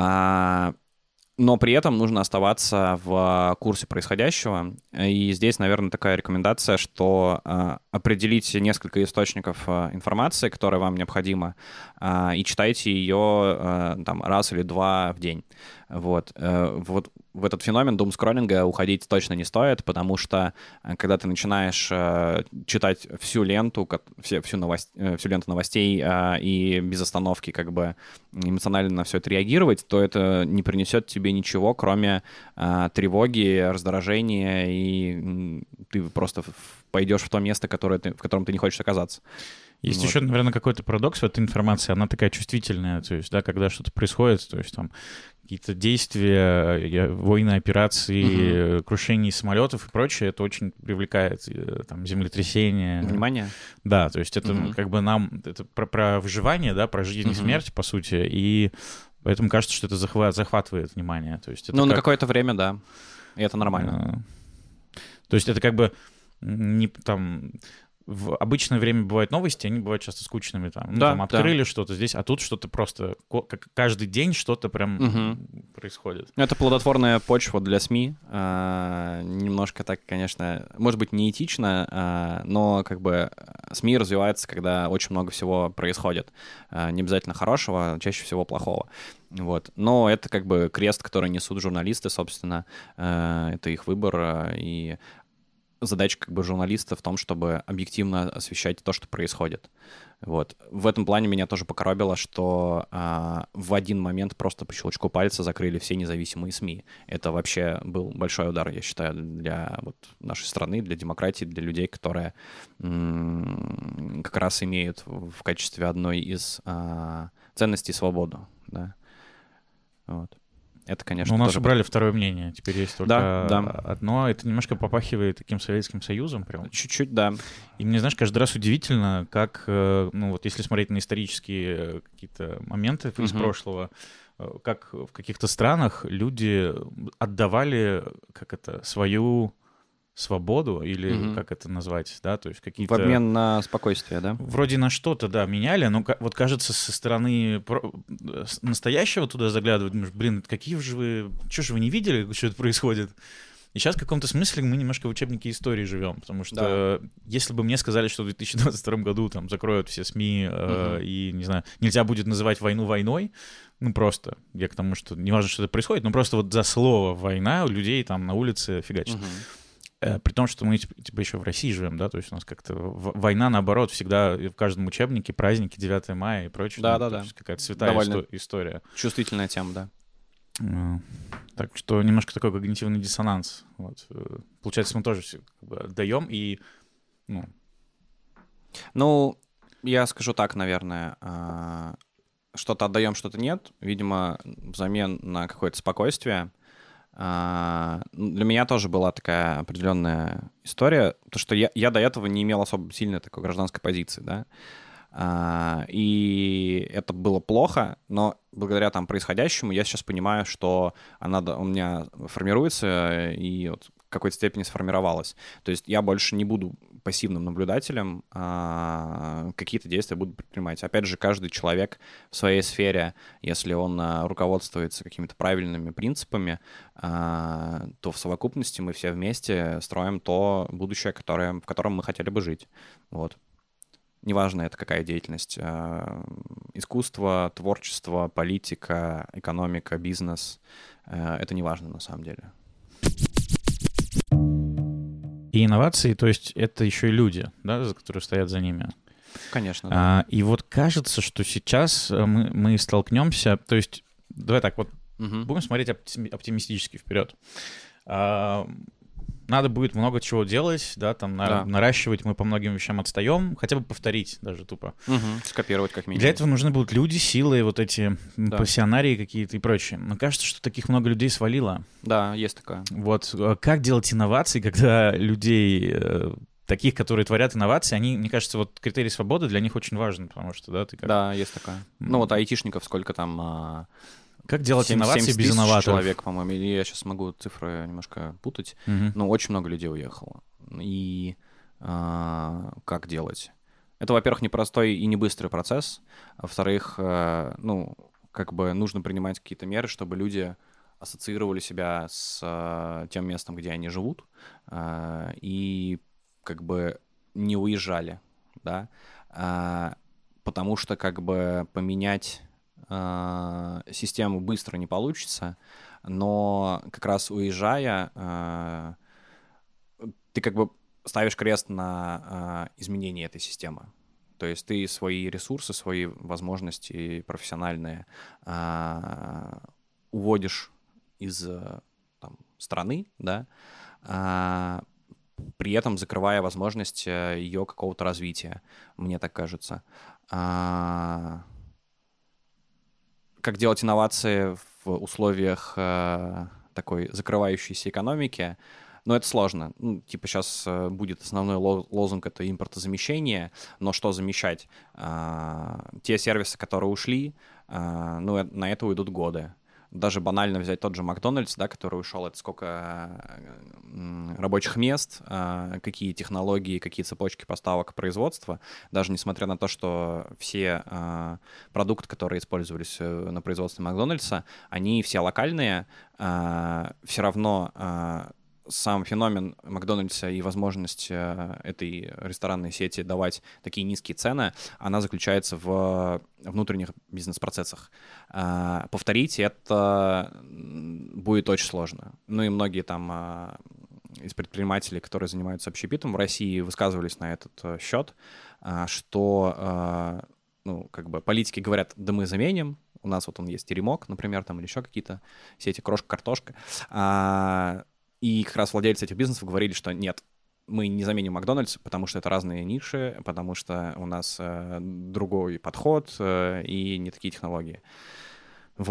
Э, Но при этом нужно оставаться в курсе происходящего. И здесь, наверное, такая рекомендация, что э, определите несколько источников э, информации, которая вам необходима, э, и читайте ее э, там, раз или два в день. Вот. Э, вот в этот феномен думскроллинга уходить точно не стоит, потому что э, когда ты начинаешь э, читать всю ленту, как, все, всю, новость, э, всю ленту новостей э, и без остановки как бы эмоционально на все это реагировать, то это не принесет тебе ничего, кроме э, тревоги, раздражения, и ты просто пойдешь в то место, которое ты, в котором ты не хочешь оказаться. Есть вот. Еще, наверное, какой-то парадокс в этой информации, она такая чувствительная, то есть, да, когда что-то происходит, то есть там какие-то действия, военные операции, угу. крушение самолетов и прочее, это очень привлекает, там, землетрясение. Внимание. Да, то есть это угу. как бы нам, это про, про выживание, да, про жизнь угу. и смерть, по сути, и поэтому кажется, что это захват, захватывает внимание. То есть это ну, как... на какое-то время, да, и это нормально. То есть это как бы не там... В обычное время бывают новости, они бывают часто скучными. Там, ну, да, там открыли да. что-то здесь, а тут что-то просто... Как каждый день что-то прям угу. происходит. Это плодотворная почва для СМИ. А, немножко так, конечно, может быть, неэтично, а, но как бы СМИ развивается, когда очень много всего происходит. А, не обязательно хорошего, чаще всего плохого. Вот. Но это как бы крест, который несут журналисты, собственно. А, это их выбор, и... задача как бы журналиста в том, чтобы объективно освещать то, что происходит. Вот. В этом плане меня тоже покоробило, что а, в один момент просто по щелчку пальца закрыли все независимые СМИ. Это вообще был большой удар, я считаю, для вот, нашей страны, для демократии, для людей, которые м- как раз имеют в качестве одной из а, ценностей свободу. Да? Вот. Это, конечно, Ну, у нас тоже... убрали второе мнение, теперь есть только Да, да. одно. Это немножко попахивает таким Советским Союзом прям. Чуть-чуть, да. И мне, знаешь, каждый раз удивительно, как, э, ну вот если смотреть на исторические какие-то моменты из Мгм. прошлого, э, как в каких-то странах люди отдавали, как это, свою свободу, или Мгм. как это назвать, да, то есть В какие-то... обмен на спокойствие, да? Вроде на что-то, да, меняли, но ка- вот кажется, со стороны про- с- настоящего туда заглядывать, думаешь, блин, какие же вы, что же вы не видели, что это происходит? И сейчас в каком-то смысле мы немножко в учебнике истории живем, потому что если бы мне сказали, что в две тысячи двадцать втором году там закроют все СМИ э, Мгм. и, не знаю, нельзя будет называть войну войной, ну просто, я к тому, что не важно, что это происходит, но просто вот за слово «война» у людей там на улице фигачат. Мгм. Э, При том, что мы типа типа, еще в России живем, да, то есть у нас как-то в- война, наоборот, всегда в каждом учебнике, праздники, девятое мая и прочее. ну, Да-да-да. то есть какая-то святая Довольно. исто- история. Чувствительная тема, да. Э, Так что немножко такой когнитивный диссонанс. Вот. Э, Получается, мы тоже все как бы отдаем и, ну, Ну, я скажу так, наверное. а, Что-то отдаем, что-то нет. Видимо, взамен на какое-то спокойствие. А, ну, Для меня тоже была такая определенная история, то что я, я до этого не имел особо сильной такой гражданской позиции, да. А, И это было плохо, но благодаря там происходящему я сейчас понимаю, что она да- у меня формируется и вот в какой-то степени сформировалась. То есть я больше не буду пассивным наблюдателем, а какие-то действия буду предпринимать. Опять же, каждый человек в своей сфере, если он а, руководствуется какими-то правильными принципами, а, то в совокупности мы все вместе строим то будущее, которое, в котором мы хотели бы жить. Вот. Неважно, это какая деятельность. а, Искусство, творчество, политика, экономика, бизнес. а, Это не важно на самом деле. и инновации, то есть это еще и люди, да, за- которые стоят за ними. Конечно, да. А, и вот кажется, что сейчас э, мы, мы столкнемся, то есть, давай так, вот Мгм. будем смотреть опти- оптимистически вперед. А, Надо будет много чего делать, да, там на- Да. наращивать, мы по многим вещам отстаем, хотя бы повторить даже тупо. Мгм. Скопировать как И минимум. для этого нужны будут люди, силы, вот эти м, Да. пассионарии какие-то и прочее. Но кажется, что таких много людей свалило. Да, есть такое. Вот э, как делать инновации, когда людей э, таких, которые творят инновации, они, мне кажется, вот критерий свободы для них очень важен, потому что, да, ты как... Да, есть такое. Ну вот айтишников сколько там... а, Как делать семь- инновации семьдесят без тысяч инноваторов? человек, по-моему. Или я сейчас могу цифры немножко путать. Мгм. Ну, очень много людей уехало. И а, как делать? Это, во-первых, непростой и не быстрый процесс. А во-вторых, а, ну, как бы нужно принимать какие-то меры, чтобы люди ассоциировали себя с а, тем местом, где они живут, а, и как бы не уезжали, да. А, потому что как бы поменять а, систему быстро не получится, но как раз уезжая, а, ты как бы ставишь крест на а, изменении этой системы. То есть ты свои ресурсы, свои возможности профессиональные а, уводишь из а, там, страны, да, а, при этом закрывая возможность ее какого-то развития, мне так кажется. А, Как делать инновации в условиях э, такой закрывающейся экономики, но это сложно. Ну, типа сейчас э, будет основной ло- лозунг — это импортозамещение, но что замещать? А, те сервисы, которые ушли, а, ну, э, на это уйдут годы. Даже банально взять тот же Макдональдс, да, который ушел, это сколько э, м, рабочих мест, а, какие технологии, какие цепочки поставок производства, даже несмотря на то, что все а, продукты, которые использовались э, на производстве Макдональдса, они все локальные, а, все равно а, сам феномен Макдональдса и возможность э, этой ресторанной сети давать такие низкие цены, она заключается в внутренних бизнес-процессах. А, Повторить это м, будет очень сложно. Ну и многие там а, из предпринимателей, которые занимаются общепитом в России, высказывались на этот э, счет, а, что а, ну, как бы политики говорят: да мы заменим, у нас вот он есть Теремок, например, там, или еще какие-то сети, крошка-картошка. А, И как раз владельцы этих бизнесов говорили, что нет, мы не заменим Макдональдс, потому что это разные ниши, потому что у нас э, другой подход э, и не такие технологии. Вот.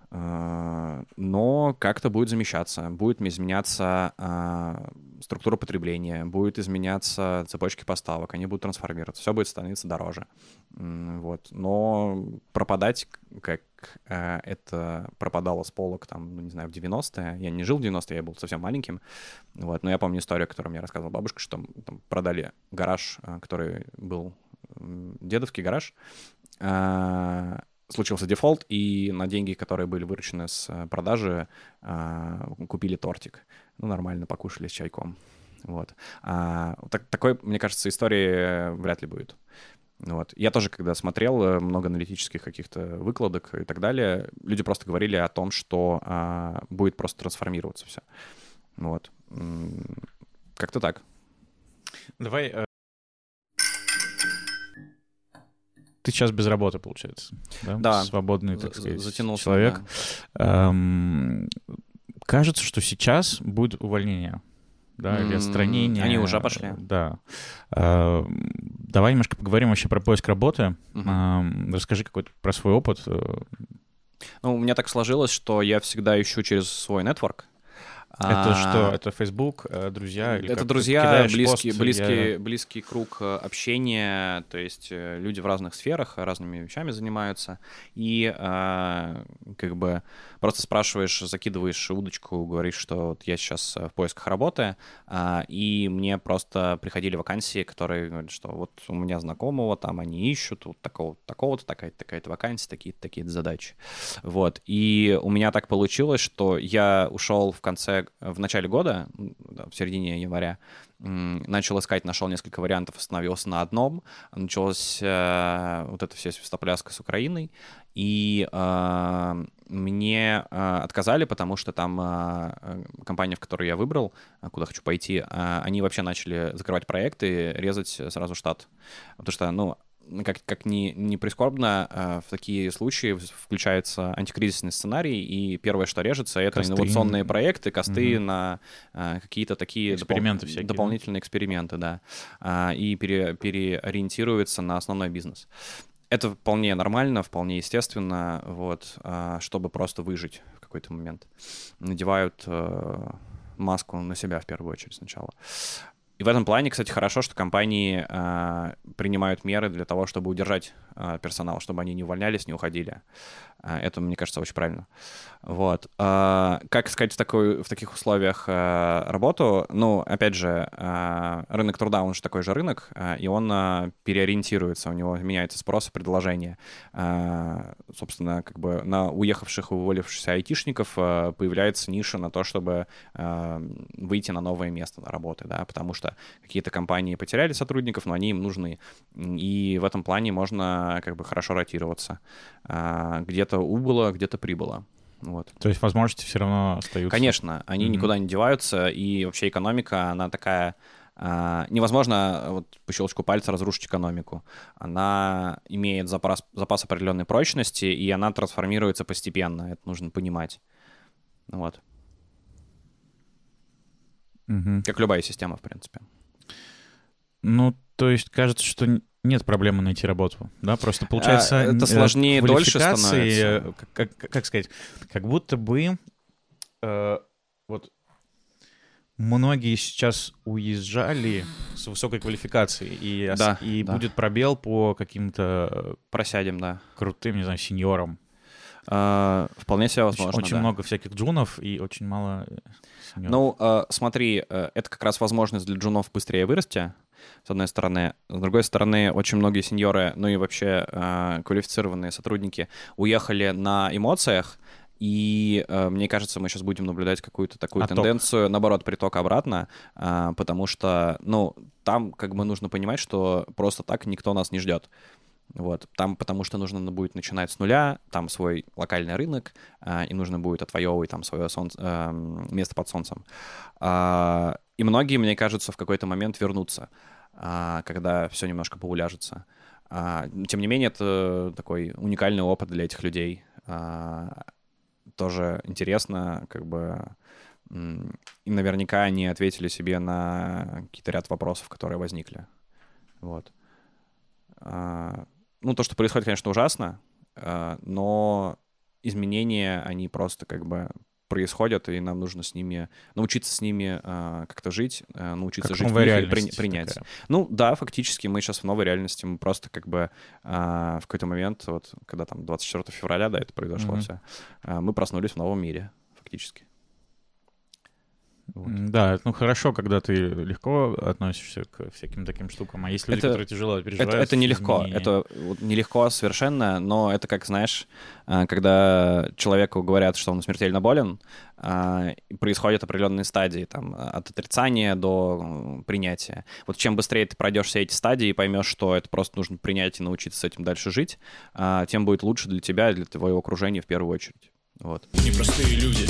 но как-то будет замещаться, будет изменяться структура потребления, будет изменяться цепочки поставок, они будут трансформироваться, все будет становиться дороже. Вот. Но пропадать, как это пропадало с полок, там, ну, не знаю, в девяностые, я не жил в девяностые, я был совсем маленьким, вот, но я помню историю, которую мне рассказывала бабушка, что там продали гараж, который был дедовский гараж, случился дефолт, и на деньги, которые были выручены с продажи, купили тортик. Ну, нормально покушали с чайком. Вот. А, так, такой, мне кажется, истории вряд ли будет. Вот. Я тоже, когда смотрел много аналитических каких-то выкладок и так далее, люди просто говорили о том, что а, будет просто трансформироваться все. Вот. Как-то так. Давай... Ты сейчас без работы, получается, да? Да. Свободный, так сказать, затянулся, человек. Да. Эм, кажется, что сейчас будет увольнение, да, или отстранение. Они уже пошли. Да. Эм, давай немножко поговорим вообще про поиск работы. Угу. Эм, расскажи какой-то про свой опыт. Ну, у меня так сложилось, что я всегда ищу через свой нетворк. Это а, что? Это Facebook, друзья? Или это как? друзья, близкий, пост, близкий, я... близкий круг общения, то есть люди в разных сферах разными вещами занимаются, и а, как бы просто спрашиваешь, закидываешь удочку, говоришь, что вот я сейчас в поисках работы, а, и мне просто приходили вакансии, которые говорят, что вот у меня знакомого, там они ищут вот такого, такого-то, такая-то, такая-то вакансия, такие-то, такие-то задачи. Вот, и у меня так получилось, что я ушел в конце в начале года, в середине января, начал искать, нашел несколько вариантов, остановился на одном. Началась э, вот эта вся свистопляска с Украиной, и э, мне э, отказали, потому что там э, компания, в которую я выбрал, куда хочу пойти, э, они вообще начали закрывать проекты, резать сразу штат. Потому что, ну, как, как ни, ни прискорбно, в такие случаи включается антикризисный сценарий, и первое, что режется, это косты. Инновационные проекты, косты угу. на какие-то такие эксперименты допол- всякие, дополнительные да? эксперименты, да, и пере, переориентируется на основной бизнес. Это вполне нормально, вполне естественно, вот, чтобы просто выжить в какой-то момент. Надевают маску на себя в первую очередь сначала. И в этом плане, кстати, хорошо, что компании э, принимают меры для того, чтобы удержать э, персонал, чтобы они не увольнялись, не уходили. Э, это, мне кажется, очень правильно. Вот. Э, как искать в, такой, в таких условиях э, работу? Ну, опять же, э, рынок труда, он же такой же рынок, э, и он э, переориентируется, у него меняется спрос и предложение. Э, собственно, как бы на уехавших и уволившихся айтишников э, появляется ниша на то, чтобы э, выйти на новое место работы, да, потому что какие-то компании потеряли сотрудников, но они им нужны. И в этом плане можно как бы хорошо ротироваться. Где-то убыло, где-то прибыло. Вот. То есть возможности все равно остаются? Конечно, они mm-hmm. никуда не деваются, и вообще экономика, она такая... Невозможно вот по щелчку пальца разрушить экономику. Она имеет запас, запас определенной прочности, и она трансформируется постепенно. Это нужно понимать. Вот. Угу. Как любая система, в принципе. Ну, то есть кажется, что нет проблемы найти работу, да? Просто получается... А, это сложнее, дольше становится. Как, как, как сказать? Как будто бы э, вот многие сейчас уезжали с высокой квалификацией, и, да, и да. будет пробел по каким-то... Просядем, да. Крутым, не знаю, сеньорам. Uh, вполне себе возможно, Очень да. много всяких джунов и очень мало сеньоров. Ну, uh, смотри, uh, это как раз возможность для джунов быстрее вырасти, с одной стороны. С другой стороны, очень многие сеньоры, ну и вообще uh, квалифицированные сотрудники уехали на эмоциях, и uh, мне кажется, мы сейчас будем наблюдать какую-то такую Отток. тенденцию, наоборот, приток обратно, uh, потому что, ну, там как бы нужно понимать, что просто так никто нас не ждет. Вот, там, потому что нужно будет начинать с нуля, там свой локальный рынок, э, и нужно будет отвоевывать там свое солнце, э, место под солнцем. Э, и многие, мне кажется, в какой-то момент вернутся, э, когда все немножко поуляжется. Э, тем не менее, это такой уникальный опыт для этих людей. Э, тоже интересно, как бы, э, и наверняка они ответили себе на какие-то ряд вопросов, которые возникли. Вот. Э, Ну, то, что происходит, конечно, ужасно, но изменения, они просто как бы происходят, и нам нужно с ними научиться с ними э, как-то жить, э, научиться как жить в них и при, принять. Такая. Ну да, фактически мы сейчас в новой реальности, мы просто как бы э, в какой-то момент, вот когда там двадцать четвёртого февраля, да, это произошло mm-hmm. все, э, мы проснулись в новом мире, фактически. Вот. Да, ну хорошо, когда ты легко относишься к всяким таким штукам, а есть люди, это, которые тяжело переживают. Это, это нелегко, это нелегко совершенно, но это как, знаешь, когда человеку говорят, что он смертельно болен, происходят определенные стадии, там, от отрицания до принятия. Вот чем быстрее ты пройдешь все эти стадии и поймешь, что это просто нужно принять и научиться с этим дальше жить, тем будет лучше для тебя и для твоего окружения в первую очередь. Вот. Непростые люди.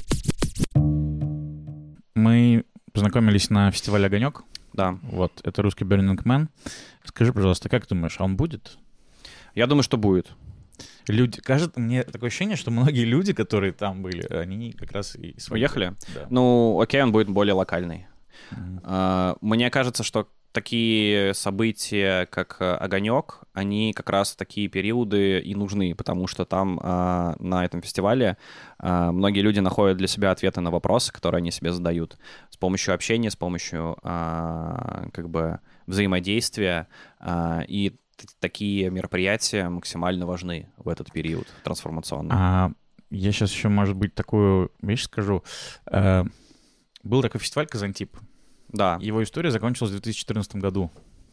Мы познакомились на фестивале «Огонек». Да. Вот, это русский Burning Man. Скажи, пожалуйста, как ты думаешь, а он будет? Я думаю, что будет. Люди, кажется, мне такое ощущение, что многие люди, которые там были, они как раз и... Уехали? Да. Ну, окей, он будет более локальный. Mm-hmm. Uh, мне кажется, что такие события, как «Огонек», они как раз в такие периоды и нужны, потому что там э, на этом фестивале э, многие люди находят для себя ответы на вопросы, которые они себе задают с помощью общения, с помощью э, как бы взаимодействия, э, и т- такие мероприятия максимально важны в этот период трансформационный. А, я сейчас еще, может быть, такую вещь скажу. Э, был такой фестиваль «Казантип». Да. Его история закончилась в две тысячи четырнадцатом году.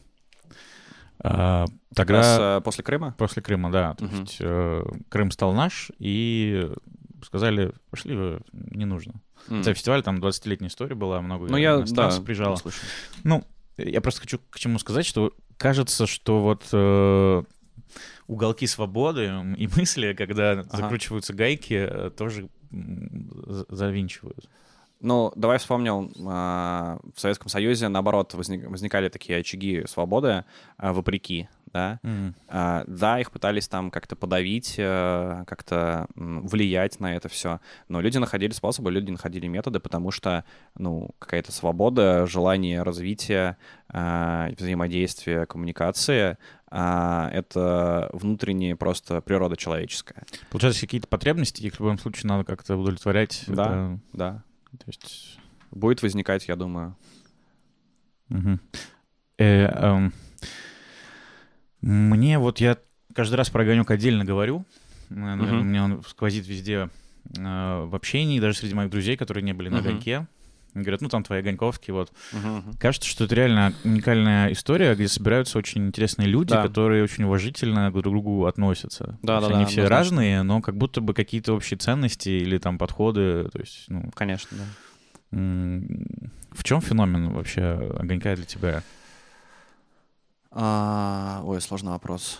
А, тогда... Раз, а, после Крыма? После Крыма, да. То uh-huh. есть э, Крым стал наш, и сказали, пошли вы, не нужно. Mm. Хотя фестиваль, там двадцатилетняя история была, много ну, я, иностранцев да, приезжало. Ну, я просто хочу к чему сказать, что кажется, что вот э, уголки свободы и мысли, когда ага. закручиваются гайки, тоже завинчивают. Ну, давай вспомним, в Советском Союзе, наоборот, возник, возникали такие очаги свободы, вопреки, да. Mm-hmm. Да, их пытались там как-то подавить, как-то влиять на это все, но люди находили способы, люди находили методы, потому что, ну, какая-то свобода, желание развития, взаимодействия, коммуникации — это внутренняя просто природа человеческая. Получается, какие-то потребности, их в любом случае надо как-то удовлетворять. Да, это... да. То есть... Будет возникать, я думаю. Угу. Э, э, мне вот, я каждый раз про «Огонек» отдельно говорю. Наверное, угу. Мне он сквозит везде э, в общении, даже среди моих друзей, которые не были на угу. «Огоньке». Говорят, ну там твои огоньковские, вот. Uh-huh. Кажется, что это реально уникальная история, где собираются очень интересные люди, да. которые очень уважительно друг к другу относятся. Да, да, они да, все да, разные, но как будто бы какие-то общие ценности или там подходы. То есть, ну, конечно, да. В чем феномен вообще огонька для тебя? А, ой, сложный вопрос.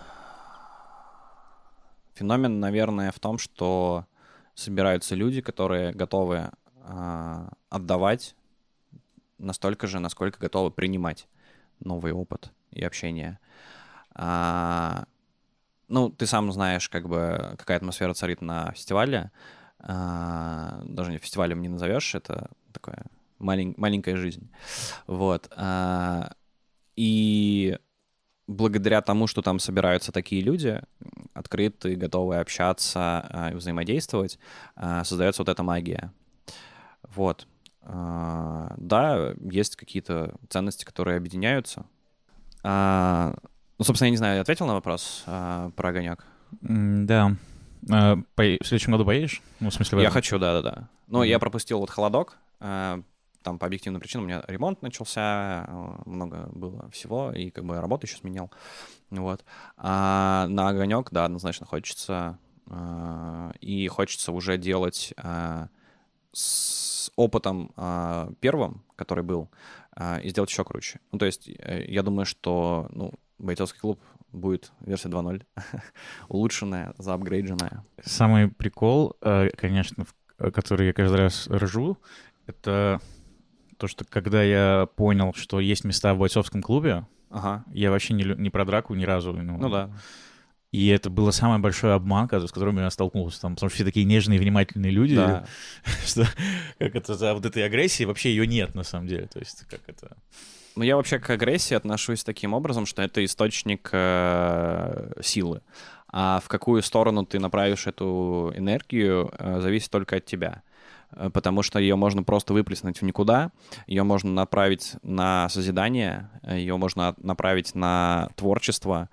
Феномен, наверное, в том, что собираются люди, которые готовы отдавать настолько же, насколько готовы принимать новый опыт и общение. А, ну, ты сам знаешь, как бы, какая атмосфера царит на фестивале. А, даже не фестивалем не назовешь, это такая малень, маленькая жизнь. Вот. А, и благодаря тому, что там собираются такие люди, открытые, готовые общаться и взаимодействовать, создается вот эта магия. Вот. А, да, есть какие-то ценности, которые объединяются. А, ну, собственно, я не знаю, я ответил на вопрос а, про «Огонек»? Да. А, по... В следующем году поедешь? Ну, в смысле, в я хочу, да-да-да. Ну, mm-hmm. я пропустил вот «Холодок». А, там по объективным причинам у меня ремонт начался, много было всего, и как бы работу еще сменял. Вот. А на «Огонек», да, однозначно хочется. А, и хочется уже делать... А, с опытом э, первым, который был, э, и сделать еще круче. Ну, то есть э, я думаю, что ну, бойцовский клуб будет версия два ноль, улучшенная, заапгрейдженная. Самый прикол, э, конечно, который я каждый раз ржу, это то, что когда я понял, что есть места в бойцовском клубе, ага. я вообще не, не про драку ни разу. Ну, ну да. И это был самый большой обман, с которым я столкнулся. Там, потому что все такие нежные и внимательные люди, да. что как это, за вот этой агрессии вообще ее нет на самом деле. То есть как это... Ну, я вообще к агрессии отношусь таким образом, что это источник э, силы. А в какую сторону ты направишь эту энергию, зависит только от тебя. Потому что ее можно просто выплеснуть в никуда, ее можно направить на созидание, ее можно направить на творчество,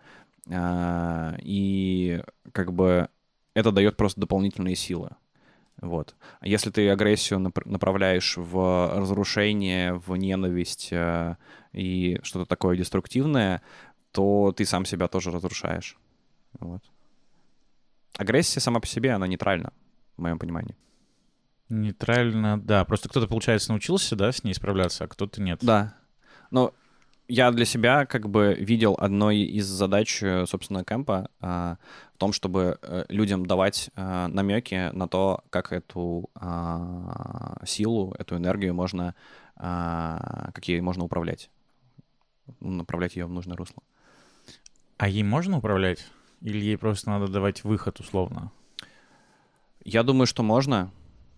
и как бы это дает просто дополнительные силы. Вот. А если ты агрессию направляешь в разрушение, в ненависть и что-то такое деструктивное, то ты сам себя тоже разрушаешь. Вот. Агрессия сама по себе, она нейтральна, в моем понимании. Нейтрально, да. Просто кто-то, получается, научился, да, с ней справляться, а кто-то нет. Да. Но я для себя как бы видел одной из задач, собственно, кэмпа а, в том, чтобы людям давать а, намеки на то, как эту а, силу, эту энергию можно, а, как ей можно управлять. Направлять ее в нужное русло. А ей можно управлять? Или ей просто надо давать выход, условно? Я думаю, что можно.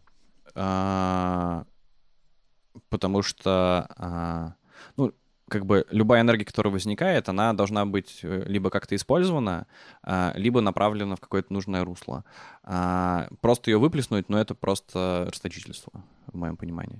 А, потому что, а, ну, как бы любая энергия, которая возникает, она должна быть либо как-то использована, а, либо направлена в какое-то нужное русло. А, просто ее выплеснуть, ну, это просто расточительство, в моем понимании.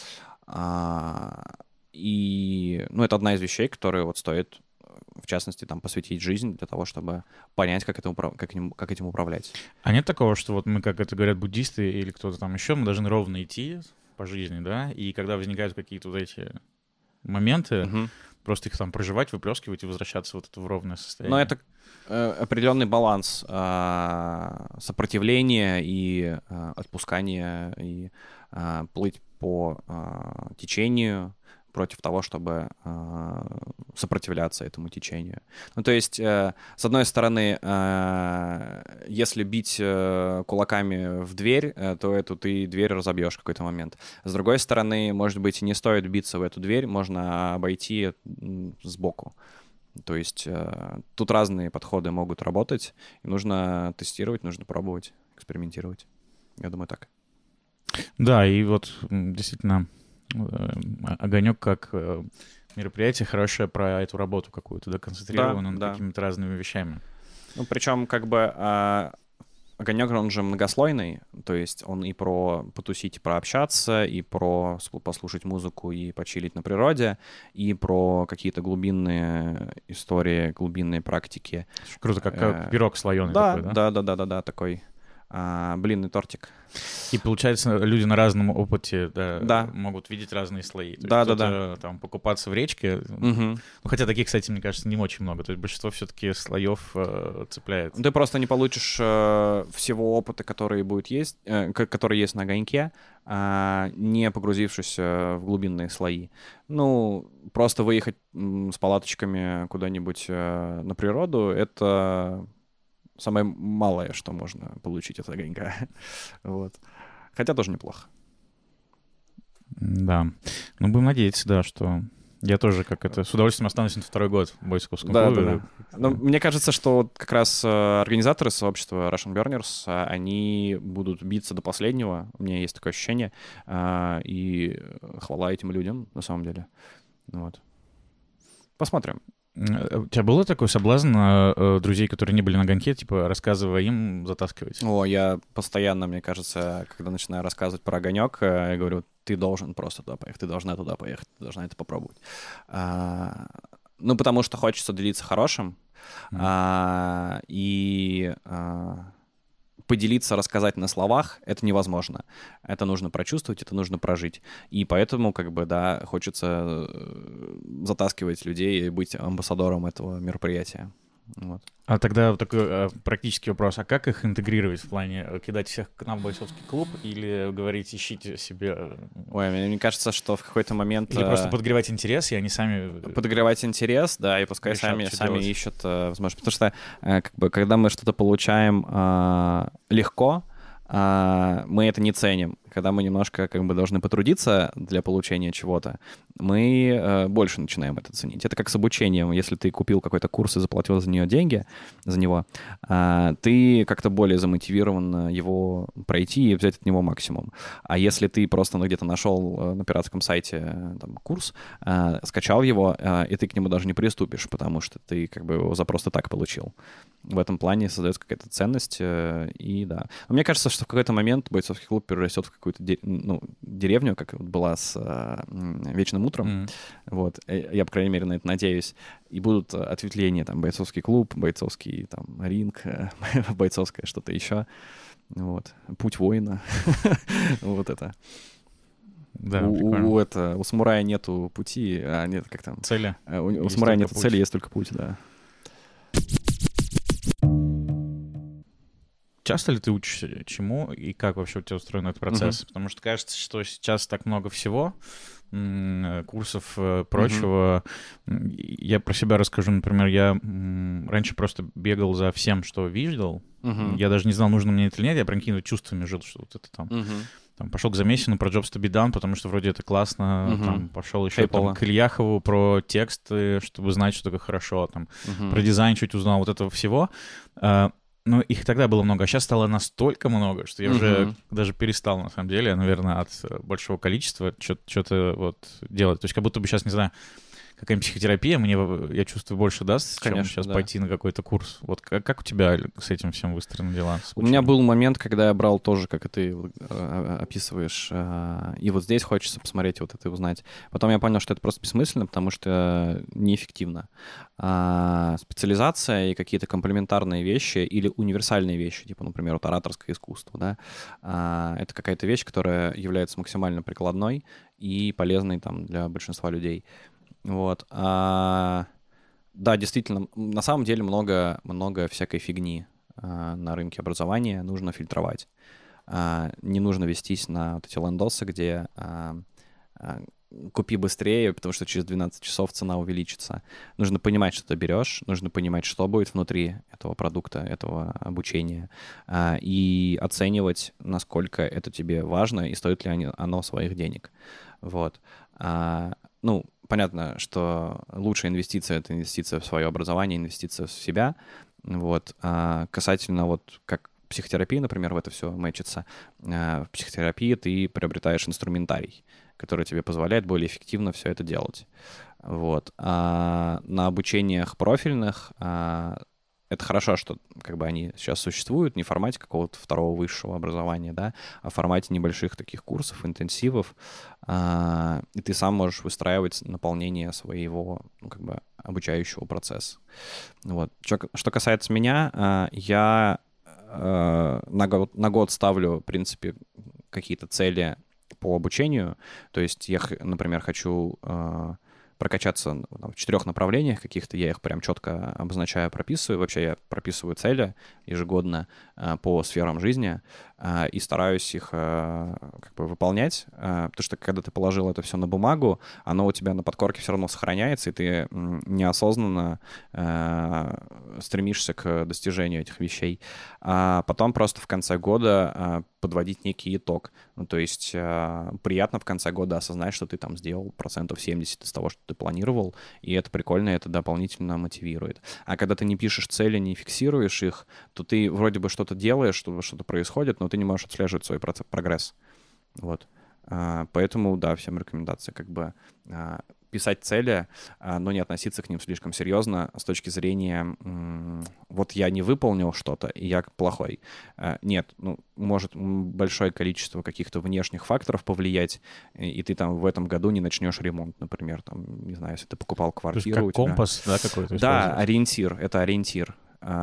А, и, ну, это одна из вещей, которые вот стоит, в частности, там, посвятить жизнь для того, чтобы понять, как, это управ... как, этим, как этим управлять. А нет такого, что вот мы, как это говорят буддисты или кто-то там еще, мы должны ровно идти по жизни, да, и когда возникают какие-то вот эти моменты, угу. просто их там проживать, выплескивать и возвращаться вот это в ровное состояние? Но это э, определенный баланс э, сопротивления и э, отпускания, и э, плыть по э, течению, против того, чтобы э, сопротивляться этому течению. Ну, то есть, э, с одной стороны, э, если бить э, кулаками в дверь, э, то эту ты дверь разобьешь в какой-то момент. С другой стороны, может быть, не стоит биться в эту дверь, можно обойти сбоку. То есть, э, тут разные подходы могут работать, и нужно тестировать, нужно пробовать, экспериментировать. Я думаю, так. Да, и вот действительно... Огонек как мероприятие хорошее про эту работу какую-то, да, концентрированную да, над да. какими-то разными вещами. Ну, причем как бы а, Огонек, он же многослойный, то есть он и про потусить, и прообщаться, и про послушать музыку и почилить на природе, и про какие-то глубинные истории, глубинные практики. Круто, как, как пирог слоеный да, такой, да? Да, да, да, да, да, такой. А, блинный тортик. И получается, люди на разном опыте да, да. могут видеть разные слои. То да, есть да, да. Там покупаться в речке. Угу. Ну, хотя таких, кстати, мне кажется, не очень много. То есть большинство все-таки слоев э, цепляет. Ты просто не получишь э, всего опыта, который будет есть, э, который есть на огоньке, э, не погрузившись в глубинные слои. Ну, просто выехать м, с палаточками куда-нибудь э, на природу — это самое малое, что можно получить от огонька. Вот. Хотя тоже неплохо. Да. Ну, будем надеяться, да, что я тоже как это с удовольствием останусь на второй год в бойсковском да, клубе. Да, да. Но мне кажется, что как раз организаторы сообщества Russian Burners, они будут биться до последнего. У меня есть такое ощущение. И хвала этим людям, на самом деле. Вот. Посмотрим. У тебя было такой соблазн э, друзей, которые не были на огоньке, типа, рассказывая им, затаскивать? О, я постоянно, мне кажется, когда начинаю рассказывать про огонек, я говорю, ты должен просто туда поехать, ты должна туда поехать, ты должна это попробовать. А, ну, потому что хочется делиться хорошим, mm. а, и а, поделиться, рассказать на словах — это невозможно. Это нужно прочувствовать, это нужно прожить. И поэтому, как бы, да, хочется затаскивать людей и быть амбассадором этого мероприятия. Вот. А тогда такой а, практический вопрос. А как их интегрировать в плане кидать всех к нам в бойцовский клуб или говорить, ищите себе... Ой, мне, мне кажется, что в какой-то момент... Или просто подогревать интерес, и они сами... Подогревать интерес, да, и пускай решат, сами, сами ищут возможность. Потому что, как бы, когда мы что-то получаем э, легко, э, мы это не ценим. когда мы немножко как бы должны потрудиться для получения чего-то, мы э, больше начинаем это ценить. Это как с обучением. Если ты купил какой-то курс и заплатил за нее деньги, за него, э, ты как-то более замотивирован его пройти и взять от него максимум. А если ты просто ну, где-то нашел э, на пиратском сайте э, там, курс, э, скачал его, э, и ты к нему даже не приступишь, потому что ты как бы его за просто так получил. В этом плане создается какая-то ценность, э, и да. Но мне кажется, что в какой-то момент бойцовский клуб перерастет в какую-то де- ну, деревню, как вот была с э, «Вечным утром». Mm. Вот. Я, по крайней мере, на это надеюсь. И будут ответвления, там, бойцовский клуб, бойцовский там, ринг, бойцовское что-то еще. Вот. Путь воина. Вот это. Да, у, у, это, у самурая нету пути, а нет, как там? Цели. У, у самурая нету цели, есть только путь, да. Часто ли ты учишься чему и как вообще у тебя устроен этот процесс? Uh-huh. Потому что кажется, что сейчас так много всего, курсов, прочего. Uh-huh. Я про себя расскажу. Например, я раньше просто бегал за всем, что видел. Uh-huh. Я даже не знал, нужно мне это или нет. Я прям какими-то чувствами жил, что вот это там... Uh-huh. Там пошел к Замесину про Jobs to be done, потому что вроде это классно. Uh-huh. Там пошел еще там, к Ильяхову про тексты, чтобы знать, что такое хорошо. Там, uh-huh. Про дизайн чуть узнал, вот этого всего. Ну, их тогда было много, а сейчас стало настолько много, что я uh-huh. уже даже перестал, на самом деле, наверное, от большого количества что-то вот делать. То есть как будто бы сейчас, не знаю, какая-нибудь психотерапия мне, я чувствую, больше даст, Конечно, чем сейчас да. пойти на какой-то курс. Вот как, как у тебя с этим всем выстроены дела? У меня был момент, когда я брал тоже, как и ты описываешь, и вот здесь хочется посмотреть, вот это узнать. Потом я понял, что это просто бессмысленно, потому что неэффективно. А специализация и какие-то комплементарные вещи или универсальные вещи, типа, например, вот ораторское искусство, да, а, это какая-то вещь, которая является максимально прикладной и полезной там для большинства людей. Вот. А, да, действительно, на самом деле много, много всякой фигни а, на рынке образования нужно фильтровать. А, не нужно вестись на вот эти лендосы, где а, а, купи быстрее, потому что через двенадцать часов цена увеличится. Нужно понимать, что ты берешь, нужно понимать, что будет внутри этого продукта, этого обучения, а, и оценивать, насколько это тебе важно и стоит ли оно своих денег. Вот. А, ну, понятно, что лучшая инвестиция — это инвестиция в свое образование, инвестиция в себя. Вот. А касательно вот как психотерапии, например, в это все мэчится, в психотерапии ты приобретаешь инструментарий, который тебе позволяет более эффективно все это делать. Вот. А на обучениях профильных а, это хорошо, что как бы они сейчас существуют не в формате какого-то второго высшего образования, да, а в формате небольших таких курсов, интенсивов, а, и ты сам можешь выстраивать наполнение своего, ну, как бы обучающего процесса. Вот. Что, что касается меня, а, я а, на год, на год ставлю, в принципе, какие-то цели по обучению. То есть я, например, хочу э, прокачаться там, в четырех направлениях каких-то, я их прям четко обозначаю, прописываю. Вообще я прописываю цели ежегодно э, по сферам жизни э, и стараюсь их э, как бы выполнять, э, потому что когда ты положил это все на бумагу, оно у тебя на подкорке все равно сохраняется, и ты э, неосознанно э, стремишься к достижению этих вещей. А потом просто в конце года э, подводить некий итог. Ну, то есть э, приятно в конце года осознать, что ты там сделал процентов семьдесят из того, что ты планировал, и это прикольно, это дополнительно мотивирует. А когда ты не пишешь цели, не фиксируешь их, то ты вроде бы что-то делаешь, что что-то происходит, но ты не можешь отслеживать свой процесс, прогресс. Вот. А, поэтому, да, всем рекомендация как бы а, писать цели, а, но не относиться к ним слишком серьезно с точки зрения м- вот я не выполнил что-то, и я плохой. А, нет, ну, может большое количество каких-то внешних факторов повлиять, и, и ты там в этом году не начнешь ремонт, например, там, не знаю, если ты покупал квартиру. То есть как компас, да, какой-то? Да, ориентир, это ориентир.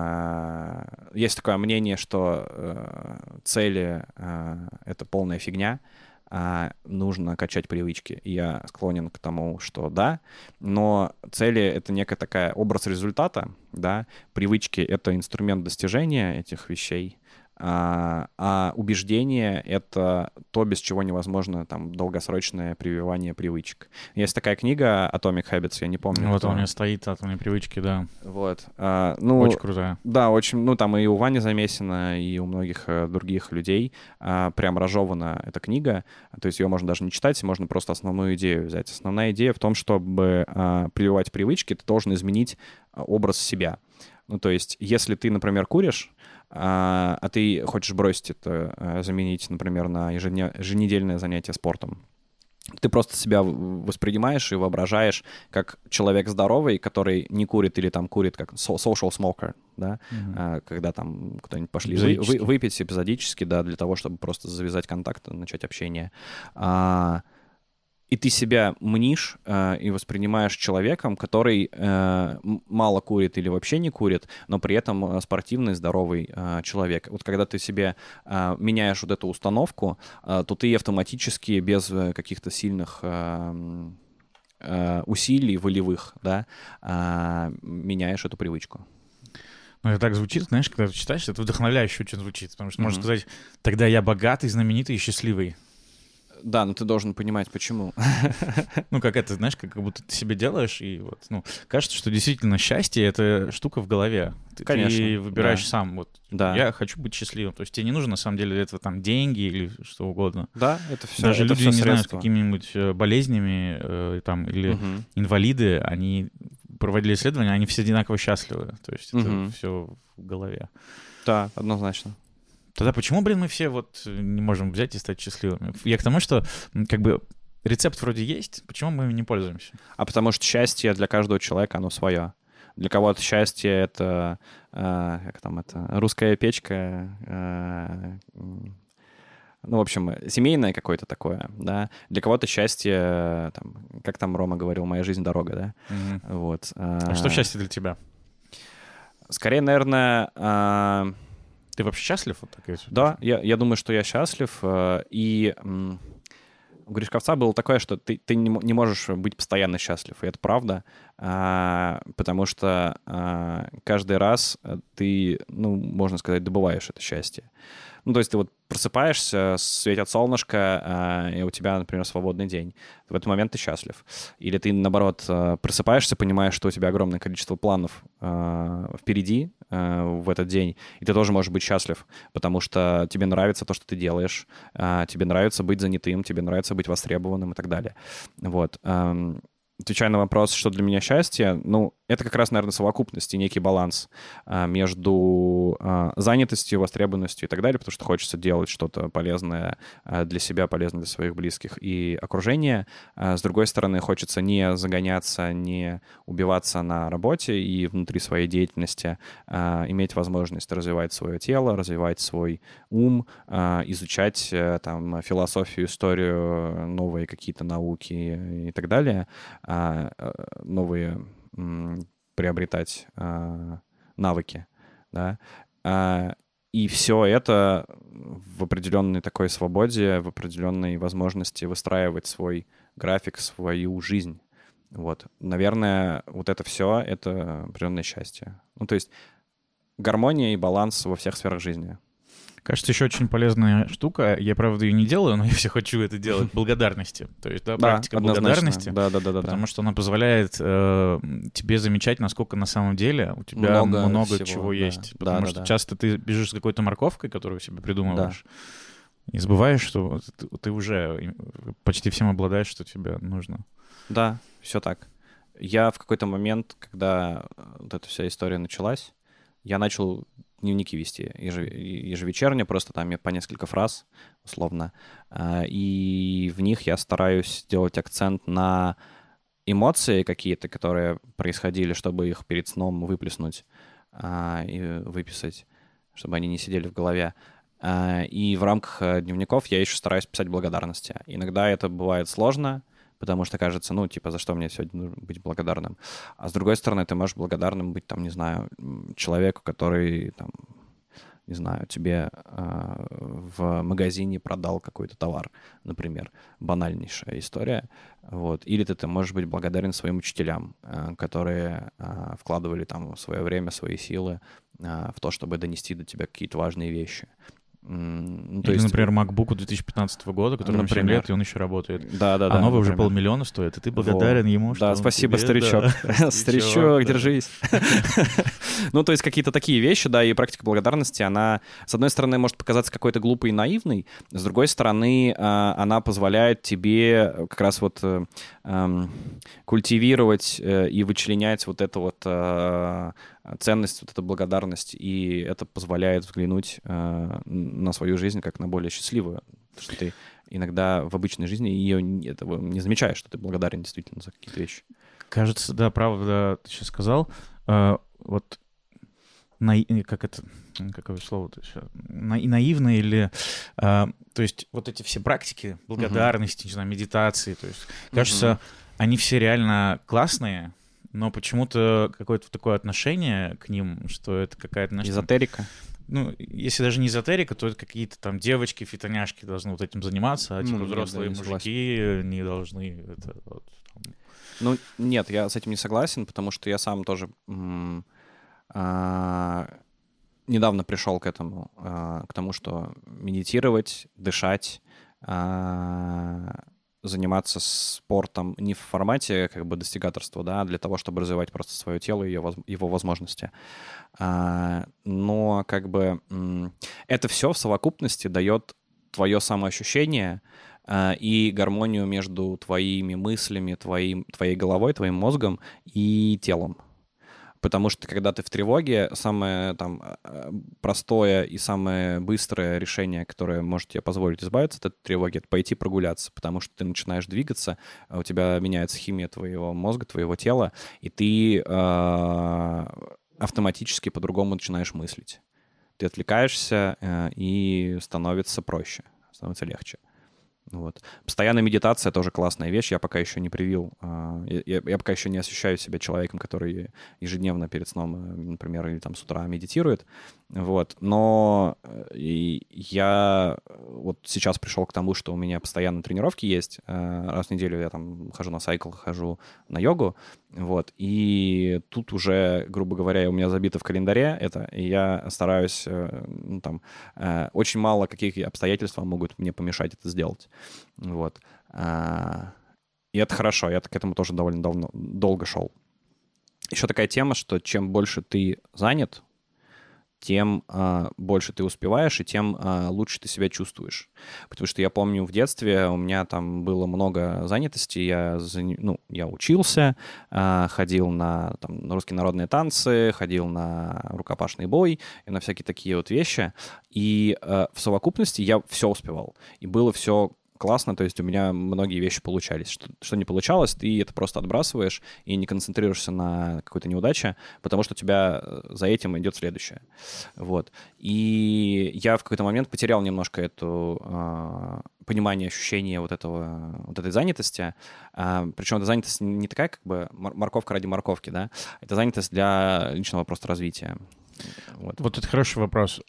Есть такое мнение, что э, цели э, — это полная фигня, а нужно качать привычки. И я склонен к тому, что да, но цели — это некая такая образ результата, да, привычки — это инструмент достижения этих вещей, а, а убеждение — это то, без чего невозможно там долгосрочное прививание привычек. Есть такая книга Atomic Habits, я не помню. Вот кто. у меня стоит «Атомные привычки», да. Вот. А, ну, очень крутая. Да, очень, ну там и у Вани Замесина, и у многих а, других людей а, прям разжевана эта книга, то есть ее можно даже не читать, можно просто основную идею взять. Основная идея в том, чтобы а, прививать привычки, ты должен изменить а, образ себя. Ну, то есть, если ты, например, куришь, а, а ты хочешь бросить это, а, заменить, например, на ежедне- еженедельное занятие спортом, ты просто себя воспринимаешь и воображаешь как человек здоровый, который не курит или там курит как social smoker, да, mm-hmm. а, когда там кто-нибудь пошли вы, вы, выпить эпизодически, да, для того, чтобы просто завязать контакт, начать общение. А, и ты себя мнишь э, и воспринимаешь человеком, который э, мало курит или вообще не курит, но при этом спортивный, здоровый э, человек. Вот когда ты себе э, меняешь вот эту установку, э, то ты автоматически без каких-то сильных э, э, усилий волевых, да, э, меняешь эту привычку. Ну, это так звучит, знаешь, когда ты читаешь, это вдохновляюще очень звучит, потому что mm-hmm. можно сказать, тогда я богатый, знаменитый и счастливый. Да, но ты должен понимать, почему. Ну, как это, знаешь, как будто ты себе делаешь, и вот, ну, кажется, что действительно счастье — это штука в голове. Ты, Конечно, ты выбираешь да. сам, вот, да. я хочу быть счастливым. То есть тебе не нужно, на самом деле, для этого там деньги или что угодно. Да, это все. Даже это люди, все не знаю, с средства. какими-нибудь болезнями э, там, или угу. инвалиды, они проводили исследования, они все одинаково счастливы. То есть это угу. все в голове. Да, однозначно. Тогда почему, блин, мы все вот не можем взять и стать счастливыми? Я к тому, что как бы рецепт вроде есть, почему мы им не пользуемся? А потому что счастье для каждого человека, оно свое. Для кого-то счастье — это, э, как там это, русская печка, э, ну, в общем, семейное какое-то такое, да. Для кого-то счастье, там, как там Рома говорил, «Моя жизнь — дорога», да. Mm-hmm. Вот. А что счастье для тебя? Скорее, наверное... Э, Ты вообще счастлив? Вот так, да, я, я думаю, что я счастлив. Э, и э, у Гришковца было такое, что ты, ты не, не можешь быть постоянно счастлив. И это правда, э, потому что э, каждый раз ты, ну, можно сказать, добываешь это счастье. Ну, то есть ты вот просыпаешься, светит солнышко, э, и у тебя, например, свободный день. В этот момент ты счастлив. Или ты, наоборот, э, просыпаешься, понимаешь, что у тебя огромное количество планов э, впереди э, в этот день, и ты тоже можешь быть счастлив, потому что тебе нравится то, что ты делаешь, э, тебе нравится быть занятым, тебе нравится быть востребованным и так далее. Вот. Э, Отвечая на вопрос, что для меня счастье, ну, это как раз, наверное, совокупность и некий баланс а, между а, занятостью, востребованностью и так далее, потому что хочется делать что-то полезное а, для себя, полезное для своих близких и окружения. А, с другой стороны, хочется не загоняться, не убиваться на работе и внутри своей деятельности а, иметь возможность развивать свое тело, развивать свой ум, а, изучать а, там философию, историю, новые какие-то науки и так далее, новые м, приобретать а, навыки, да, а, и все это в определенной такой свободе, в определенной возможности выстраивать свой график, свою жизнь. Вот, наверное, вот это все — это определенное счастье. Ну, то есть гармония и баланс во всех сферах жизни. Кажется, еще очень полезная штука. Я, правда, ее не делаю, но я все хочу это делать. Благодарности. То есть, да, практика да, благодарности. Да, да, да, да. Потому да. что она позволяет э, тебе замечать, насколько на самом деле у тебя много, много всего, чего да. есть. Потому да, что да, часто да. ты бежишь с какой-то морковкой, которую себе придумываешь, да. и забываешь, что ты, ты уже почти всем обладаешь, что тебе нужно. Да, все так. Я в какой-то момент, когда вот эта вся история началась, я начал дневники вести ежевечерне, просто там по несколько фраз, условно. И в них я стараюсь делать акцент на эмоции какие-то, которые происходили, чтобы их перед сном выплеснуть и выписать, чтобы они не сидели в голове. И в рамках дневников я еще стараюсь писать благодарности. Иногда это бывает сложно, потому что кажется, ну, типа, за что мне сегодня нужно быть благодарным? А с другой стороны, ты можешь благодарным быть, там, не знаю, человеку, который, там, не знаю, тебе э, в магазине продал какой-то товар, например, банальнейшая история, вот, или ты, ты можешь быть благодарен своим учителям, э, которые э, вкладывали там свое время, свои силы э, в то, чтобы донести до тебя какие-то важные вещи. Ну, то Или, есть... например, MacBook две тысячи пятнадцатого года, который семь лет, и он еще работает. Да, да, а да. А новый например. уже полмиллиона стоит, и ты благодарен вот. ему, что Да, спасибо, тебе... старичок. Да. Старичок, держись. Ну, то есть какие-то такие вещи, да, и практика благодарности, она, с одной стороны, может показаться какой-то глупой и наивной, с другой стороны, она позволяет тебе как раз вот культивировать и вычленять вот эту вот ценность, вот эту благодарность, и это позволяет взглянуть на свою жизнь как на более счастливую, потому что ты иногда в обычной жизни ее этого не замечаешь, что ты благодарен действительно за какие-то вещи. Кажется, да, правда, ты сейчас сказал, вот на, как это, какое слово-то еще, на, наивно или, то есть вот эти все практики благодарности, uh-huh. не знаю, медитации, то есть, кажется, uh-huh. они все реально классные, но почему-то какое-то такое отношение к ним, что это какая-то... Знаешь, эзотерика? Ну, если даже не эзотерика, то это какие-то там девочки, фитоняшки должны вот этим заниматься, а типа ну, взрослые нет, да, не мужики согласен. не должны... Это, вот, там... Ну, нет, я с этим не согласен, потому что я сам тоже м- а- недавно пришел к этому, а- к тому, что медитировать, дышать... А- заниматься спортом не в формате как бы достигаторства, да, а для того, чтобы развивать просто свое тело и его возможности. А, но как бы это все в совокупности дает твое самоощущение а, и гармонию между твоими мыслями, твоим, твоей головой, твоим мозгом и телом. Потому что, когда ты в тревоге, самое там простое и самое быстрое решение, которое может тебе позволить избавиться от этой тревоги, это пойти прогуляться, потому что ты начинаешь двигаться, у тебя меняется химия твоего мозга, твоего тела, и ты э, автоматически по-другому начинаешь мыслить. Ты отвлекаешься, э, и становится проще, становится легче. Вот. Постоянная медитация тоже классная вещь. Я пока еще не привил, я, я пока еще не ощущаю себя человеком, который ежедневно перед сном, например, или там с утра медитирует. Вот. Но и я вот сейчас пришел к тому, что у меня постоянно тренировки есть. Раз в неделю я там хожу на сайкл, хожу на йогу. Вот. И тут уже, грубо говоря, у меня забито в календаре это, и я стараюсь, ну, там, очень мало каких обстоятельств могут мне помешать это сделать. Вот. И это хорошо, я к этому тоже довольно давно, долго шел. Еще такая тема, что чем больше ты занят, тем э, больше ты успеваешь, и тем э, лучше ты себя чувствуешь. Потому что я помню, в детстве у меня там было много занятости, я, ну, я учился, э, ходил на, там, на русские народные танцы, ходил на рукопашный бой и на всякие такие вот вещи. И э, в совокупности я все успевал. И было все классно, то есть у меня многие вещи получались. Что, что не получалось, ты это просто отбрасываешь и не концентрируешься на какой-то неудаче, потому что у тебя за этим идет следующее. Вот. И я в какой-то момент потерял немножко это э, понимание, ощущение вот, этого, вот этой занятости. Э, причем эта занятость не такая как бы морковка ради морковки, да? Это занятость для личного просто развития. Вот, вот это хороший вопрос.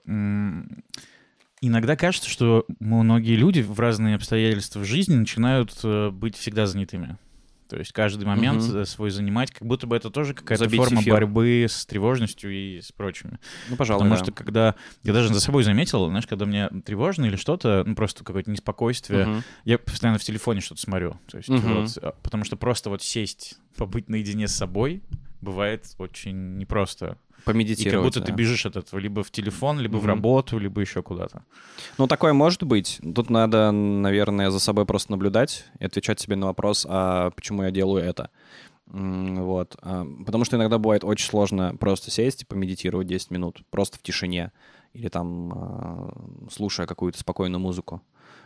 Иногда кажется, что многие люди в разные обстоятельства в жизни начинают быть всегда занятыми. То есть каждый момент угу. свой занимать, как будто бы это тоже какая-то Забить форма эфир. борьбы с тревожностью и с прочими. Ну, пожалуй, Потому да. что когда... Я даже за собой заметил, знаешь, когда мне тревожно или что-то, ну, просто какое-то неспокойствие, угу. я постоянно в телефоне что-то смотрю. То есть, угу. вот, потому что просто вот сесть, побыть наедине с собой бывает очень непросто. Помедитировать. И как будто да. ты бежишь от этого либо в телефон, либо mm-hmm. в работу, либо еще куда-то. Ну, такое может быть. Тут надо, наверное, за собой просто наблюдать и отвечать себе на вопрос, а почему я делаю это. Вот. Потому что иногда бывает очень сложно просто сесть и помедитировать десять минут, просто в тишине или там слушая какую-то спокойную музыку.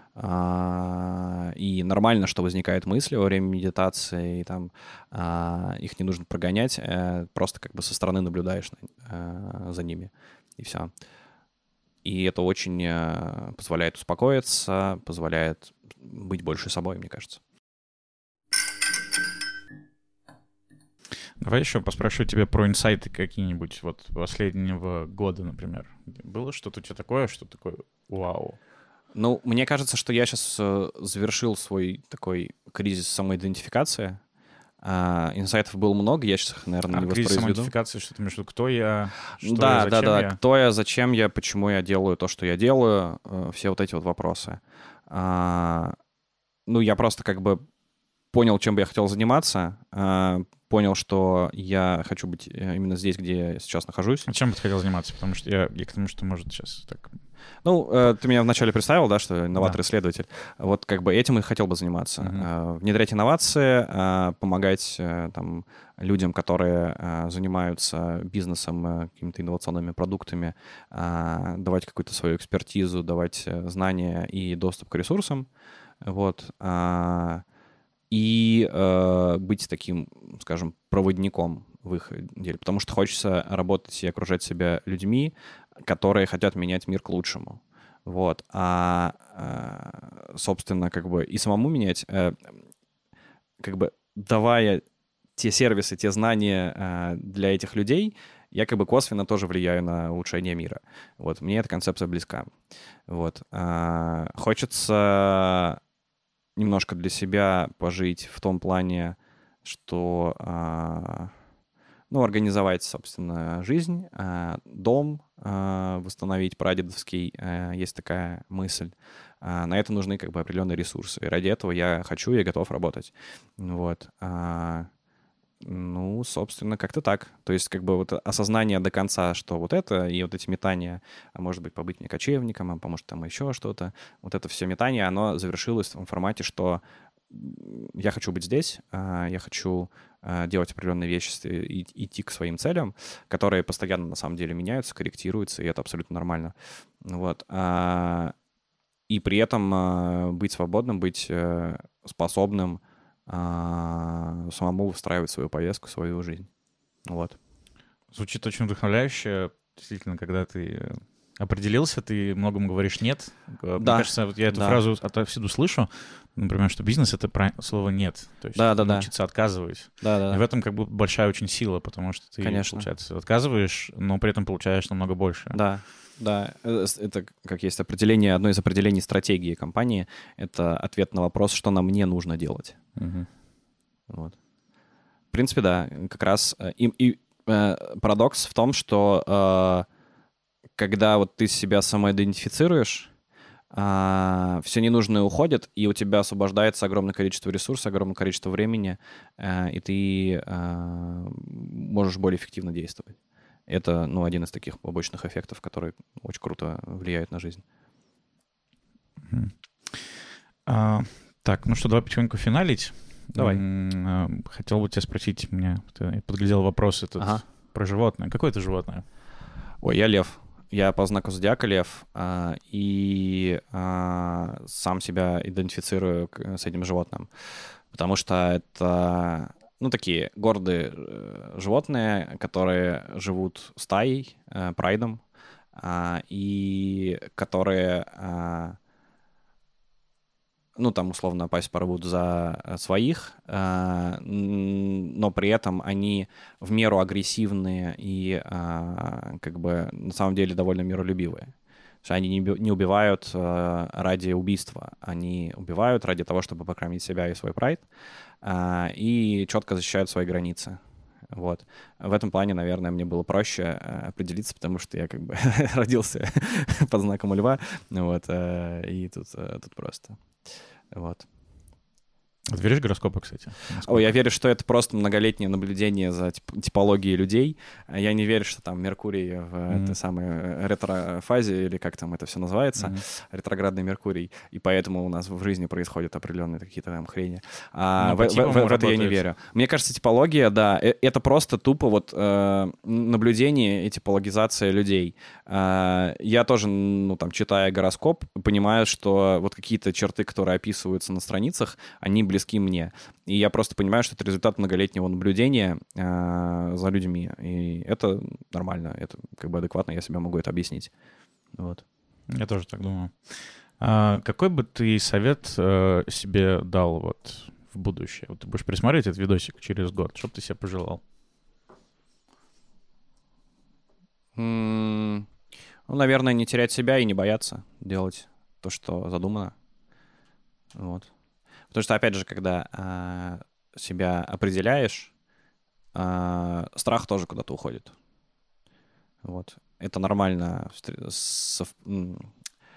И нормально, что возникают мысли во время медитации, и там их не нужно прогонять, просто как бы со стороны наблюдаешь за ними, и все. И это очень позволяет успокоиться, позволяет быть больше собой, мне кажется. Давай еще поспрашиваю тебя про инсайты какие-нибудь вот последнего года, например. Было что-то у тебя такое, что такое вау? Ну, мне кажется, что я сейчас завершил свой такой кризис самоидентификации. А, инсайтов было много, я сейчас их, наверное, а не кризис воспроизведу. самоидентификации, что ты имеешь в виду? Кто я? Что да, я, да, да. я? Кто я, зачем я, почему я делаю то, что я делаю, все вот эти вот вопросы. А, ну, я просто как бы понял, чем бы я хотел заниматься, а, понял, что я хочу быть именно здесь, где я сейчас нахожусь. А чем бы ты хотел заниматься? Потому что я, я к тому, что может сейчас так... Ну, э, ты меня вначале представил, да, что инноватор-исследователь. Да. Вот как бы этим и хотел бы заниматься. Uh-huh. Э, внедрять инновации, э, помогать э, там, людям, которые э, занимаются бизнесом, э, какими-то инновационными продуктами, э, давать какую-то свою экспертизу, давать э, знания и доступ к ресурсам. Вот. Э, и э, быть таким, скажем, проводником в их деле. Потому что хочется работать и окружать себя людьми, которые хотят менять мир к лучшему. Вот. А, собственно, как бы и самому менять, как бы давая те сервисы, те знания для этих людей, я как бы косвенно тоже влияю на улучшение мира. Вот. Мне эта концепция близка. Вот. Хочется немножко для себя пожить в том плане, что... Ну, организовать, собственно, жизнь, дом восстановить прадедовский, есть такая мысль. На это нужны как бы определенные ресурсы. И ради этого я хочу и готов работать. Вот. Ну, собственно, как-то так. То есть как бы вот осознание до конца, что вот это и вот эти метания, а может быть, побыть мне кочевником, а поможет там еще что-то, вот это все метание, оно завершилось в том формате, что я хочу быть здесь, я хочу делать определенные вещи и идти к своим целям, которые постоянно на самом деле меняются, корректируются, и это абсолютно нормально. Вот. И при этом быть свободным, быть способным самому выстраивать свою повестку, свою жизнь. Вот. Звучит очень вдохновляюще. Действительно, когда ты определился, ты многому говоришь «нет». Да. Мне кажется, вот я эту да. фразу отовсюду слышу, например, что бизнес — это про слово «нет». То есть да, да, научиться да. отказывать. Да, да, и да. в этом как бы большая очень сила, потому что ты, Конечно. получается, отказываешь, но при этом получаешь намного больше. Да, да. Это, как есть определение, одно из определений стратегии компании — это ответ на вопрос, что нам не нужно делать. Угу. Вот. В принципе, да, как раз. И, и э, парадокс в том, что э, когда вот ты себя самоидентифицируешь, э, все ненужное уходит, и у тебя освобождается огромное количество ресурсов, огромное количество времени, э, и ты э, можешь более эффективно действовать. Это, ну, один из таких побочных эффектов, который очень круто влияет на жизнь. Mm-hmm. А, так, ну что, давай потихоньку финалить. Давай. Хотел бы тебя спросить, мне я подглядел вопрос этот ага. про животное. Какое это животное? Ой, я лев. Я по знаку зодиака лев, и сам себя идентифицирую с этим животным, потому что это, ну, такие гордые животные, которые живут стаей, прайдом, и которые... ну, там, условно, пасть порвут за своих, но при этом они в меру агрессивные и, как бы, на самом деле довольно миролюбивые. Что они не убивают ради убийства, они убивают ради того, чтобы покормить себя и свой прайд, и четко защищают свои границы. Вот. В этом плане, наверное, мне было проще определиться, потому что я как бы родился под знаком льва, вот, и тут, тут просто... Вот. Ты веришь в гороскопы, кстати? Насколько? Ой, я верю, что это просто многолетнее наблюдение за тип- типологией людей. Я не верю, что там Меркурий в mm-hmm. этой самой ретрофазе, или как там это все называется, mm-hmm. ретроградный Меркурий, и поэтому у нас в жизни происходят определенные какие-то там хрени. А, в, в, в, в это я не верю. Мне кажется, типология, да, это просто тупо вот э, наблюдение и типологизация людей. Э, я тоже, ну, там, читая гороскоп, понимаю, что вот какие-то черты, которые описываются на страницах, они близки мне. И я просто понимаю, что это результат многолетнего наблюдения э, за людьми. И это нормально, это как бы адекватно, я себе могу это объяснить. Вот. Я тоже так думаю. А какой бы ты совет э, себе дал вот в будущее? Вот ты будешь пересмотреть этот видосик через год, что бы ты себе пожелал? М, Ну, наверное, не терять себя и не бояться делать то, что задумано. Вот. Потому что, опять же, когда а, себя определяешь, а, страх тоже куда-то уходит. Вот. Это нормально. встр- сов- м,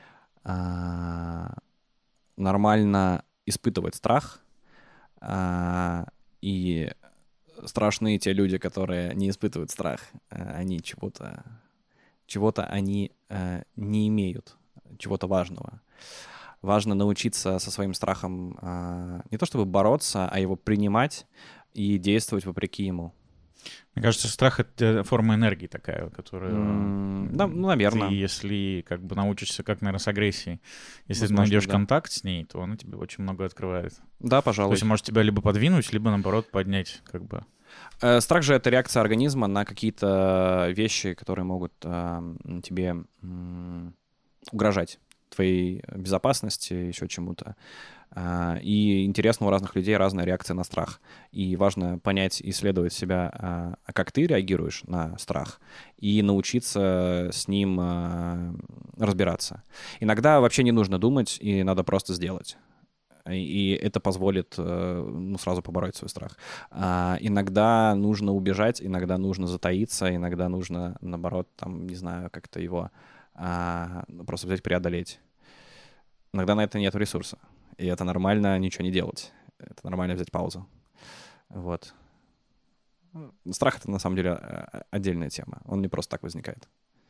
а, Нормально испытывать страх. а, И страшные те люди, которые не испытывают страх. А, Они чего-то, чего-то они э, не имеют, чего-то важного. Важно научиться со своим страхом а, не то чтобы бороться, а его принимать и действовать вопреки ему. Мне кажется, страх — это форма энергии такая, которую М, да, ну, наверное. ты, если как бы научишься, как, наверное, с агрессией, если Возможно, ты найдешь да. контакт с ней, то она тебе очень много открывает. Да, То пожалуй. есть он может тебя либо подвинуть, либо, наоборот, поднять, как бы. Э, Страх же — это реакция организма на какие-то вещи, которые могут а, м, тебе м, угрожать, твоей безопасности, еще чему-то. А, И интересно, у разных людей разная реакция на страх. И важно понять, исследовать себя, а, а как ты реагируешь на страх, и научиться с ним а, разбираться. Иногда вообще не нужно думать, и надо просто сделать. И это позволит э, ну, сразу побороть свой страх. А иногда нужно убежать, иногда нужно затаиться, иногда нужно, наоборот, там, не знаю, как-то его а, ну, просто взять, преодолеть. Иногда на это нет ресурса. И это нормально ничего не делать. Это нормально взять паузу. Вот. Страх — это на самом деле э, отдельная тема. Он не просто так возникает.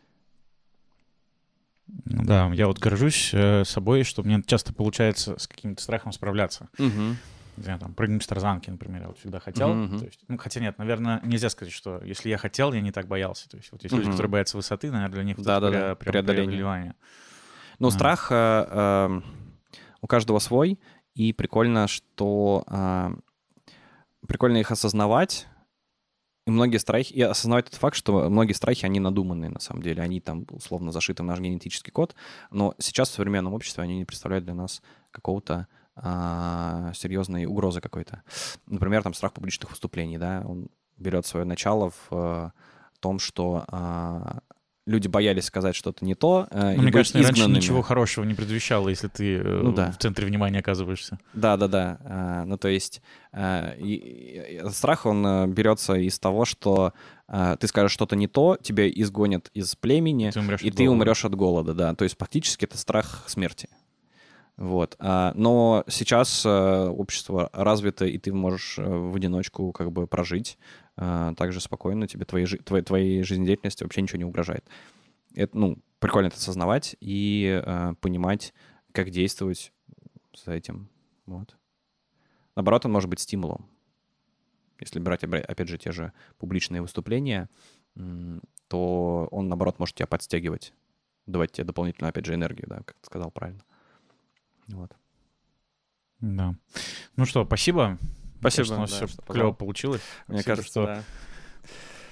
Ну да, я вот горжусь э, собой, что мне часто получается с каким-то страхом справляться. Мгм. Не знаю, там, прыгнуть с тарзанки, например, я вот всегда хотел. Мгм, мгм. То есть, ну, хотя нет, наверное, нельзя сказать, что если я хотел, я не так боялся. То есть вот есть люди, Мгм. которые боятся высоты, наверное, для них вот это Да-да-да, пре- прям преодоление. преодолевание. Ну, А. страх э, э, у каждого свой, и прикольно, что э, прикольно их осознавать. И многие страхи, и осознавать тот факт, что многие страхи, они надуманные на самом деле, они там условно зашиты в наш генетический код, но сейчас в современном обществе они не представляют для нас какого-то а, серьезной угрозы какой-то. Например, там страх публичных выступлений, да, он берет свое начало в э, том, что а, люди боялись сказать что-то не то, э, и Ну, мне быть кажется, раньше изгнанными. ничего хорошего не предвещало, если ты э, Ну да. в центре внимания оказываешься. Да, да, да. А, Ну, то есть а, и- и- и страх, он а, берется из того, что а, ты скажешь что-то не то, тебя изгонят из племени, Ты умрешь и от ты голода. умрешь от голода, да. То есть фактически это страх смерти. Вот. А, Но сейчас а, общество развито, и ты можешь а, в одиночку как бы прожить а, так же спокойно, тебе твоей, жи- твоей, твоей жизнедеятельности вообще ничего не угрожает. Это, ну, прикольно это осознавать и а, понимать, как действовать с этим. Вот. Наоборот, он может быть стимулом. Если брать, обра- опять же, те же публичные выступления, м, то он, наоборот, может тебя подстегивать, давать тебе дополнительную, опять же, энергию, да, как ты сказал правильно. Вот. Да. Ну что, спасибо. Спасибо, Мне кажется, у нас да, все что клево позвал. получилось. Мне Спасибо, кажется, что да.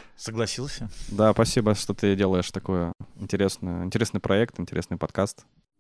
согласился. Да, спасибо, что ты делаешь такой интересный, интересный проект, интересный подкаст.